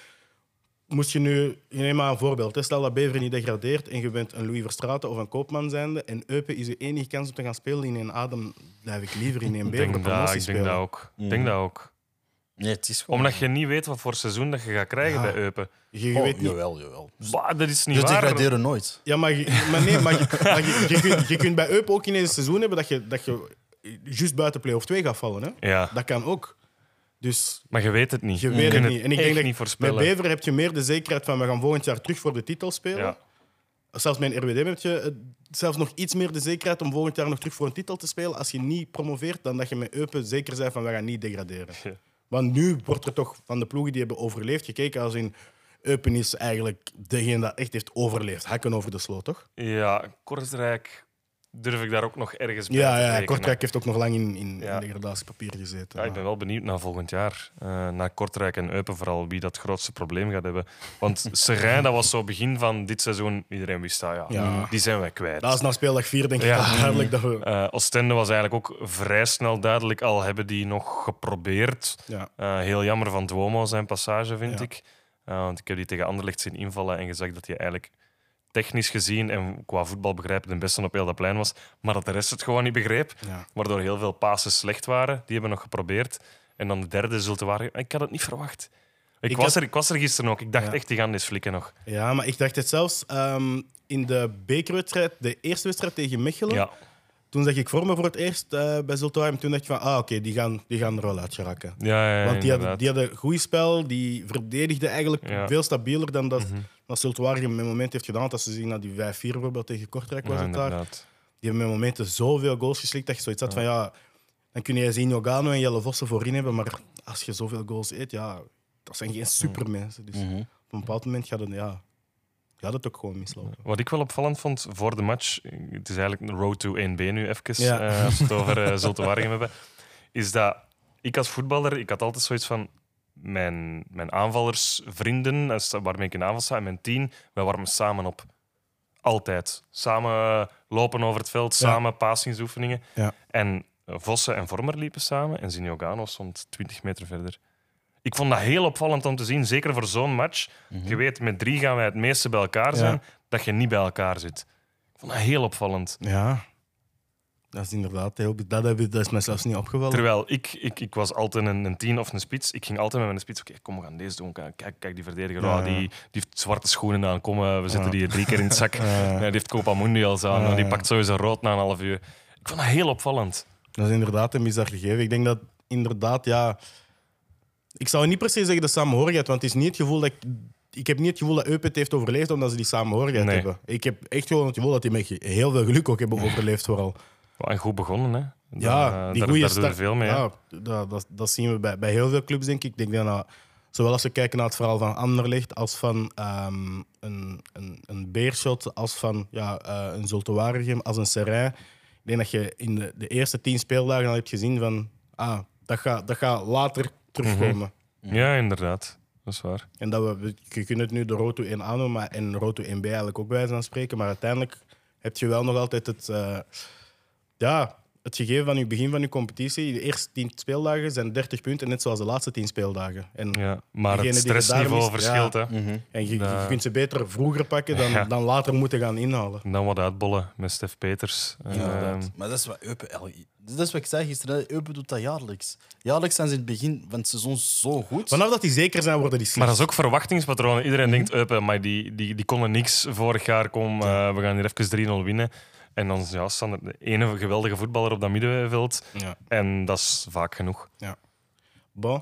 moest je nu, neem maar een voorbeeld, hè. Stel dat Beveren niet degradeert en je bent een Louis Verstraeten of een Koopman zijnde en Eupen is je enige kans om te gaan spelen in een adem, blijf ik liever in een Ik B voor de denk promotie dat spelen. ook. Ik denk dat ook. Nee, het is gewoon... Omdat je niet weet wat voor seizoen dat je gaat krijgen Ja. bij Eupen. Je Oh, weet niet. jawel. Bah, dat is niet Je waar. degraderen nooit. Ja, maar je kunt bij Eupen ook ineens een seizoen hebben dat je juist buiten play-off 2 gaat vallen. Hè? Ja, Dat kan ook. Dus maar je weet het niet. je weet kunt het niet. En ik echt denk dat niet voorspellen. met Beveren heb je meer de zekerheid van we gaan volgend jaar terug voor de titel spelen. Ja. Zelfs met een RWDM heb je zelfs nog iets meer de zekerheid om volgend jaar nog terug voor een titel te spelen. Als je niet promoveert, dan dat je met Eupen zeker bent van we gaan niet degraderen. Ja. Want nu wordt er toch van de ploegen die hebben overleefd gekeken als in Eupen is eigenlijk degene dat echt heeft overleefd. Hakken over de sloot, toch? Ja, Kortrijk durf ik daar ook nog ergens bij te Ja, rekenen. Kortrijk heeft ook nog lang in Ja. degradatiepapier gezeten. Ja, ik ben wel benieuwd naar volgend jaar. Naar Kortrijk en Eupen vooral, wie dat grootste probleem gaat hebben. Want Serijn, dat was zo begin van dit seizoen. Iedereen wist dat, Ja. die zijn wij kwijt. Dat is na speeldag 4 denk ik Ja. al duidelijk dat we... Oostende was eigenlijk ook vrij snel duidelijk, al hebben die nog geprobeerd. Ja. Heel jammer van Duomo zijn passage, vind Ja. ik. Want ik heb die tegen Anderlecht zien invallen en gezegd dat hij eigenlijk technisch gezien en qua voetbal begrijpen de beste op heel dat plein was, maar dat de rest het gewoon niet begreep. Ja. Waardoor heel veel passes slecht waren. Die hebben nog geprobeerd. En dan de derde Zulte. Ik had het niet verwacht. Ik was er gisteren ook. Ik dacht Ja. echt, die gaan dit flikken nog. Ja, maar ik dacht het zelfs in de bekerwedstrijd, de eerste wedstrijd tegen Mechelen. Ja. Toen zag ik voor me voor het eerst bij Zultuim. Toen dacht ik van, oké, die gaan er wel uit geraken. Ja, Want die inderdaad. hadden goed spel, die verdedigden eigenlijk Ja. veel stabieler dan dat Zultuarium met moment heeft gedaan. Als ze zien naar die 5-4 bijvoorbeeld tegen Kortrijk was Ja, het daar. inderdaad. Die hebben met momenten zoveel goals geslikt dat je zoiets had van ja, dan kun je Zinho Gano en Jelle Vossen voorin hebben, maar als je zoveel goals eet, ja, dat zijn geen supermensen. Dus op een bepaald moment gaat het, ja, gaat het ook gewoon mislopen. Wat ik wel opvallend vond voor de match, het is eigenlijk een road to 1B nu even, Ja. als we het over Zulte Waregem hebben, is dat ik als voetballer, ik had altijd zoiets van mijn aanvallersvrienden, waarmee ik in aanval sta, en mijn team, wij warmen samen op. Altijd. Samen lopen over het veld, samen passingsoefeningen. Ja. En Vossen en Vormer liepen samen en Zinjogano stond 20 meter verder. Ik vond dat heel opvallend om te zien, zeker voor zo'n match. Je weet, met 3 gaan wij het meeste bij elkaar zijn, dat je niet bij elkaar zit. Ik vond dat heel opvallend. Ja, dat is inderdaad heel... Dat is mij zelfs niet opgevallen. Terwijl ik was altijd een 10 of een spits. Ik ging altijd met mijn spits. Oké, kom, we gaan deze doen. Kijk die verdediger. Ja, Oh, die heeft zwarte schoenen aan. Kom, we zetten die 3 keer in het zak. Ja. Die heeft Copa Mundials aan. Ja. Die pakt sowieso rood na een half uur. Ik vond dat heel opvallend. Dat is inderdaad een bizar gegeven. Ik denk dat inderdaad, ja... Ik zou niet per se zeggen de samenhorigheid, want het is niet het gevoel dat ik heb niet het gevoel dat Eupen het heeft overleefd omdat ze die samenhorigheid Nee. hebben. Ik heb echt gewoon het gevoel dat die met heel veel geluk ook hebben overleefd vooral. En goed begonnen, hè? Ja, die daar goede doen we veel mee. Hè? Ja, dat zien we bij heel veel clubs, denk ik. Ik denk dat zowel als we kijken naar het verhaal van Anderlecht, als van een Beerschot, als van een Zulte Waregem, als een Serijn. Ik denk dat je in de eerste 10 speeldagen al hebt gezien van dat gaat later terugkomen. Ja, inderdaad. Dat is waar. En dat je kunt het nu de Roto 1 aannoemen en Roto 1B eigenlijk ook bij wijze van spreken, maar uiteindelijk heb je wel nog altijd het gegeven van je begin van je competitie. De eerste 10 speeldagen zijn 30 punten, net zoals de laatste 10 speeldagen. En, Ja, maar degene het die je stressniveau daar mist, verschilt. Hè? en je kunt ze beter vroeger pakken dan later moeten gaan inhalen. En dan wat uitbollen met Stef Peters. Inderdaad. Maar dat is wat Eupen... Dat is wat ik zei gisteren. Eupen doet dat jaarlijks. Jaarlijks zijn ze in het begin van het seizoen zo goed. Vanaf dat die zeker zijn, worden die slecht. Maar dat is ook verwachtingspatronen. Iedereen denkt, Eupen, maar die konden niks vorig jaar. Kom, we gaan hier even 3-0 winnen. En dan staan er de ene geweldige voetballer op dat middenveld. Ja. En dat is vaak genoeg. Bon.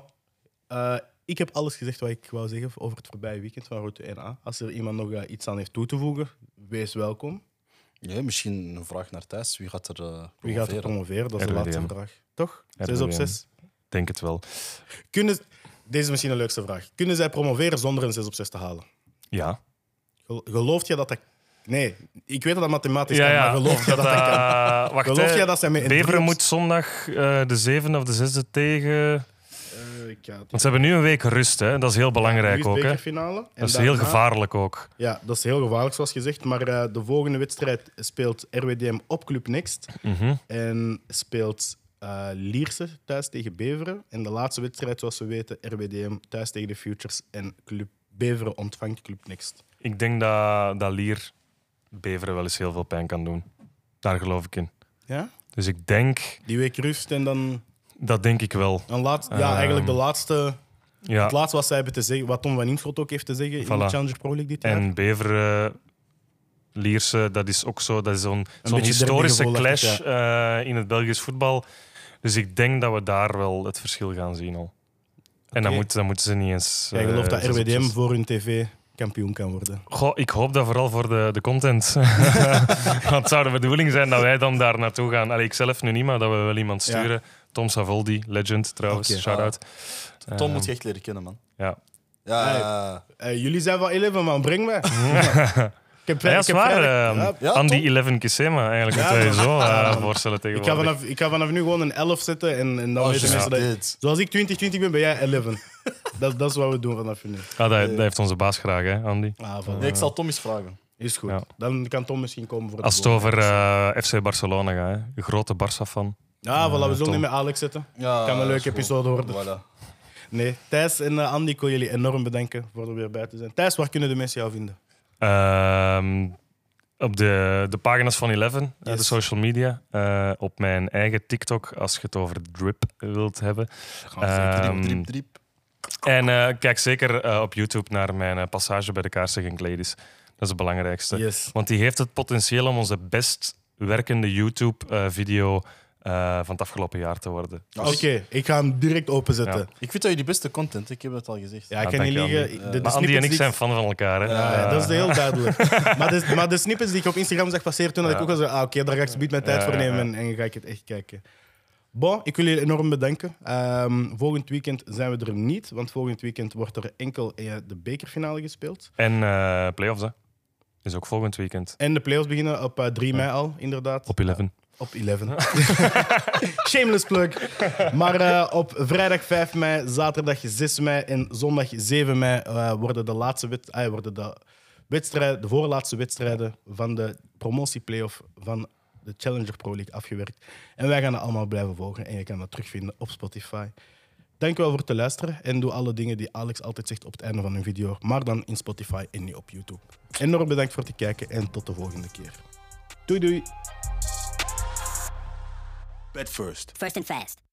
Ik heb alles gezegd wat ik wou zeggen over het voorbije weekend van Roto 1A. Als er iemand nog iets aan heeft toe te voegen, wees welkom. Ja, misschien een vraag naar Thijs. Wie gaat er Wie gaat er promoveren? Dat is de RWDM. laatste vraag. Toch? RWDM. 6 op 6. Denk het wel. Deze is misschien een leukste vraag. Kunnen zij promoveren zonder een 6 op 6 te halen? Ja. Gelooft je dat dat... Nee, ik weet dat dat mathematisch kan, maar geloof je dat dat kan? Wacht, Geloof hè. je dat zij met een Beveren 3 op- moet zondag de 7e of de 6e tegen... Ja, Want ze hebben nu een week rust, hè. Dat is heel belangrijk nu is ook. Hè. bekerfinale. En Dat is heel daarna- gevaarlijk ook. Ja, dat is heel gevaarlijk, zoals gezegd. Maar de volgende wedstrijd speelt RWDM op Club Next. Mhm. En speelt Lierse thuis tegen Beveren. En de laatste wedstrijd, zoals we weten, RWDM thuis tegen de Futures. En Club Beveren ontvangt Club Next. Ik denk dat Lier Beveren wel eens heel veel pijn kan doen. Daar geloof ik in. Ja? Dus ik denk... Die week rust en dan... Dat denk ik wel. eigenlijk de laatste... Ja. Het laatste wat zij hebben te zeggen, wat Tom van Infot ook heeft te zeggen in de Voilà. Challenger Pro League dit jaar. En Beveren, Lierse, dat is ook zo. Dat is zo'n beetje historische derbygevoel, clash in het Belgisch voetbal. Dus ik denk dat we daar wel het verschil gaan zien al. En dan, Oké. dan moeten ze niet eens... Jij gelooft dat 6 op RWDM 6. voor hun tv kampioen kan worden. Goh, ik hoop dat vooral voor de content. Want het zou de bedoeling zijn dat wij dan daar naartoe gaan. Allee, ik zelf nu niet, maar dat we wel iemand sturen. Tom Savoldi, legend trouwens, Oké. shout-out. Tom moet je echt leren kennen, man. Ja. Ja, Jullie zijn van 11, man. Breng mij. Ik heb Ja, dat is waar. Ja, Andy Tom? 11 Kisema, eigenlijk Ja, moeten wij man. zo voorstellen Ik tegenwoordig. ga vanaf nu gewoon een 11 zetten en dan Oh, weten mensen dat... dit. Zoals ik 2020 ben, ben jij 11. dat is wat we doen vanaf nu. Dat heeft onze baas graag, hè, Andy. Voilà. Nee, ik zal Tom eens vragen. Is goed. Ja. Dan kan Tom misschien komen voor de Als het volgende. over FC Barcelona gaat, hè. Een grote Barça-fan. Ja, voilà, we zullen Tom. niet met Alex zitten. Ja, Kan een is leuke goed. episode worden. Voilà. Nee, Thijs en Andy, ik wil jullie enorm bedanken voor er weer bij te zijn. Thijs, waar kunnen de mensen jou vinden? Op de pagina's van Eleven, de Yes. social media. Op mijn eigen TikTok, als je het over drip wilt hebben. Drip, drip, drip. En kijk zeker op YouTube naar mijn passage bij de Kaarsen Genk Ladies. Dat is het belangrijkste. Yes. Want die heeft het potentieel om onze best werkende YouTube-video van het afgelopen jaar te worden. Oké, ik ga hem direct openzetten. Ja. Ik vind dat jullie beste content, ik heb het al gezegd. Ja, ik Ja, kan niet dank je, liegen. Andy. De Maar Andy en snippets ik die zijn fan van elkaar. Hè? Ja, dat is heel duidelijk. maar de snippets die ik op Instagram zag passeren, toen had ik ook al zo, oké, daar ga ik zometeen mijn tijd voor nemen en ga ik het echt kijken. Bon, ik wil jullie enorm bedanken. Volgend weekend zijn we er niet, want volgend weekend wordt er enkel de bekerfinale gespeeld. En play-offs, hè? Is ook volgend weekend. En de playoffs beginnen op 3 mei al, inderdaad. Op 11. Op 11. Shameless plug. Maar op vrijdag 5 mei, zaterdag 6 mei en zondag 7 mei worden de voorlaatste wedstrijden van de promotieplayoff van de Challenger Pro League afgewerkt. En wij gaan dat allemaal blijven volgen en je kan dat terugvinden op Spotify. Dankjewel voor het luisteren en doe alle dingen die Alex altijd zegt op het einde van een video, maar dan in Spotify en niet op YouTube. Enorm bedankt voor het kijken en tot de volgende keer. Doei doei! Bet first. First and fast.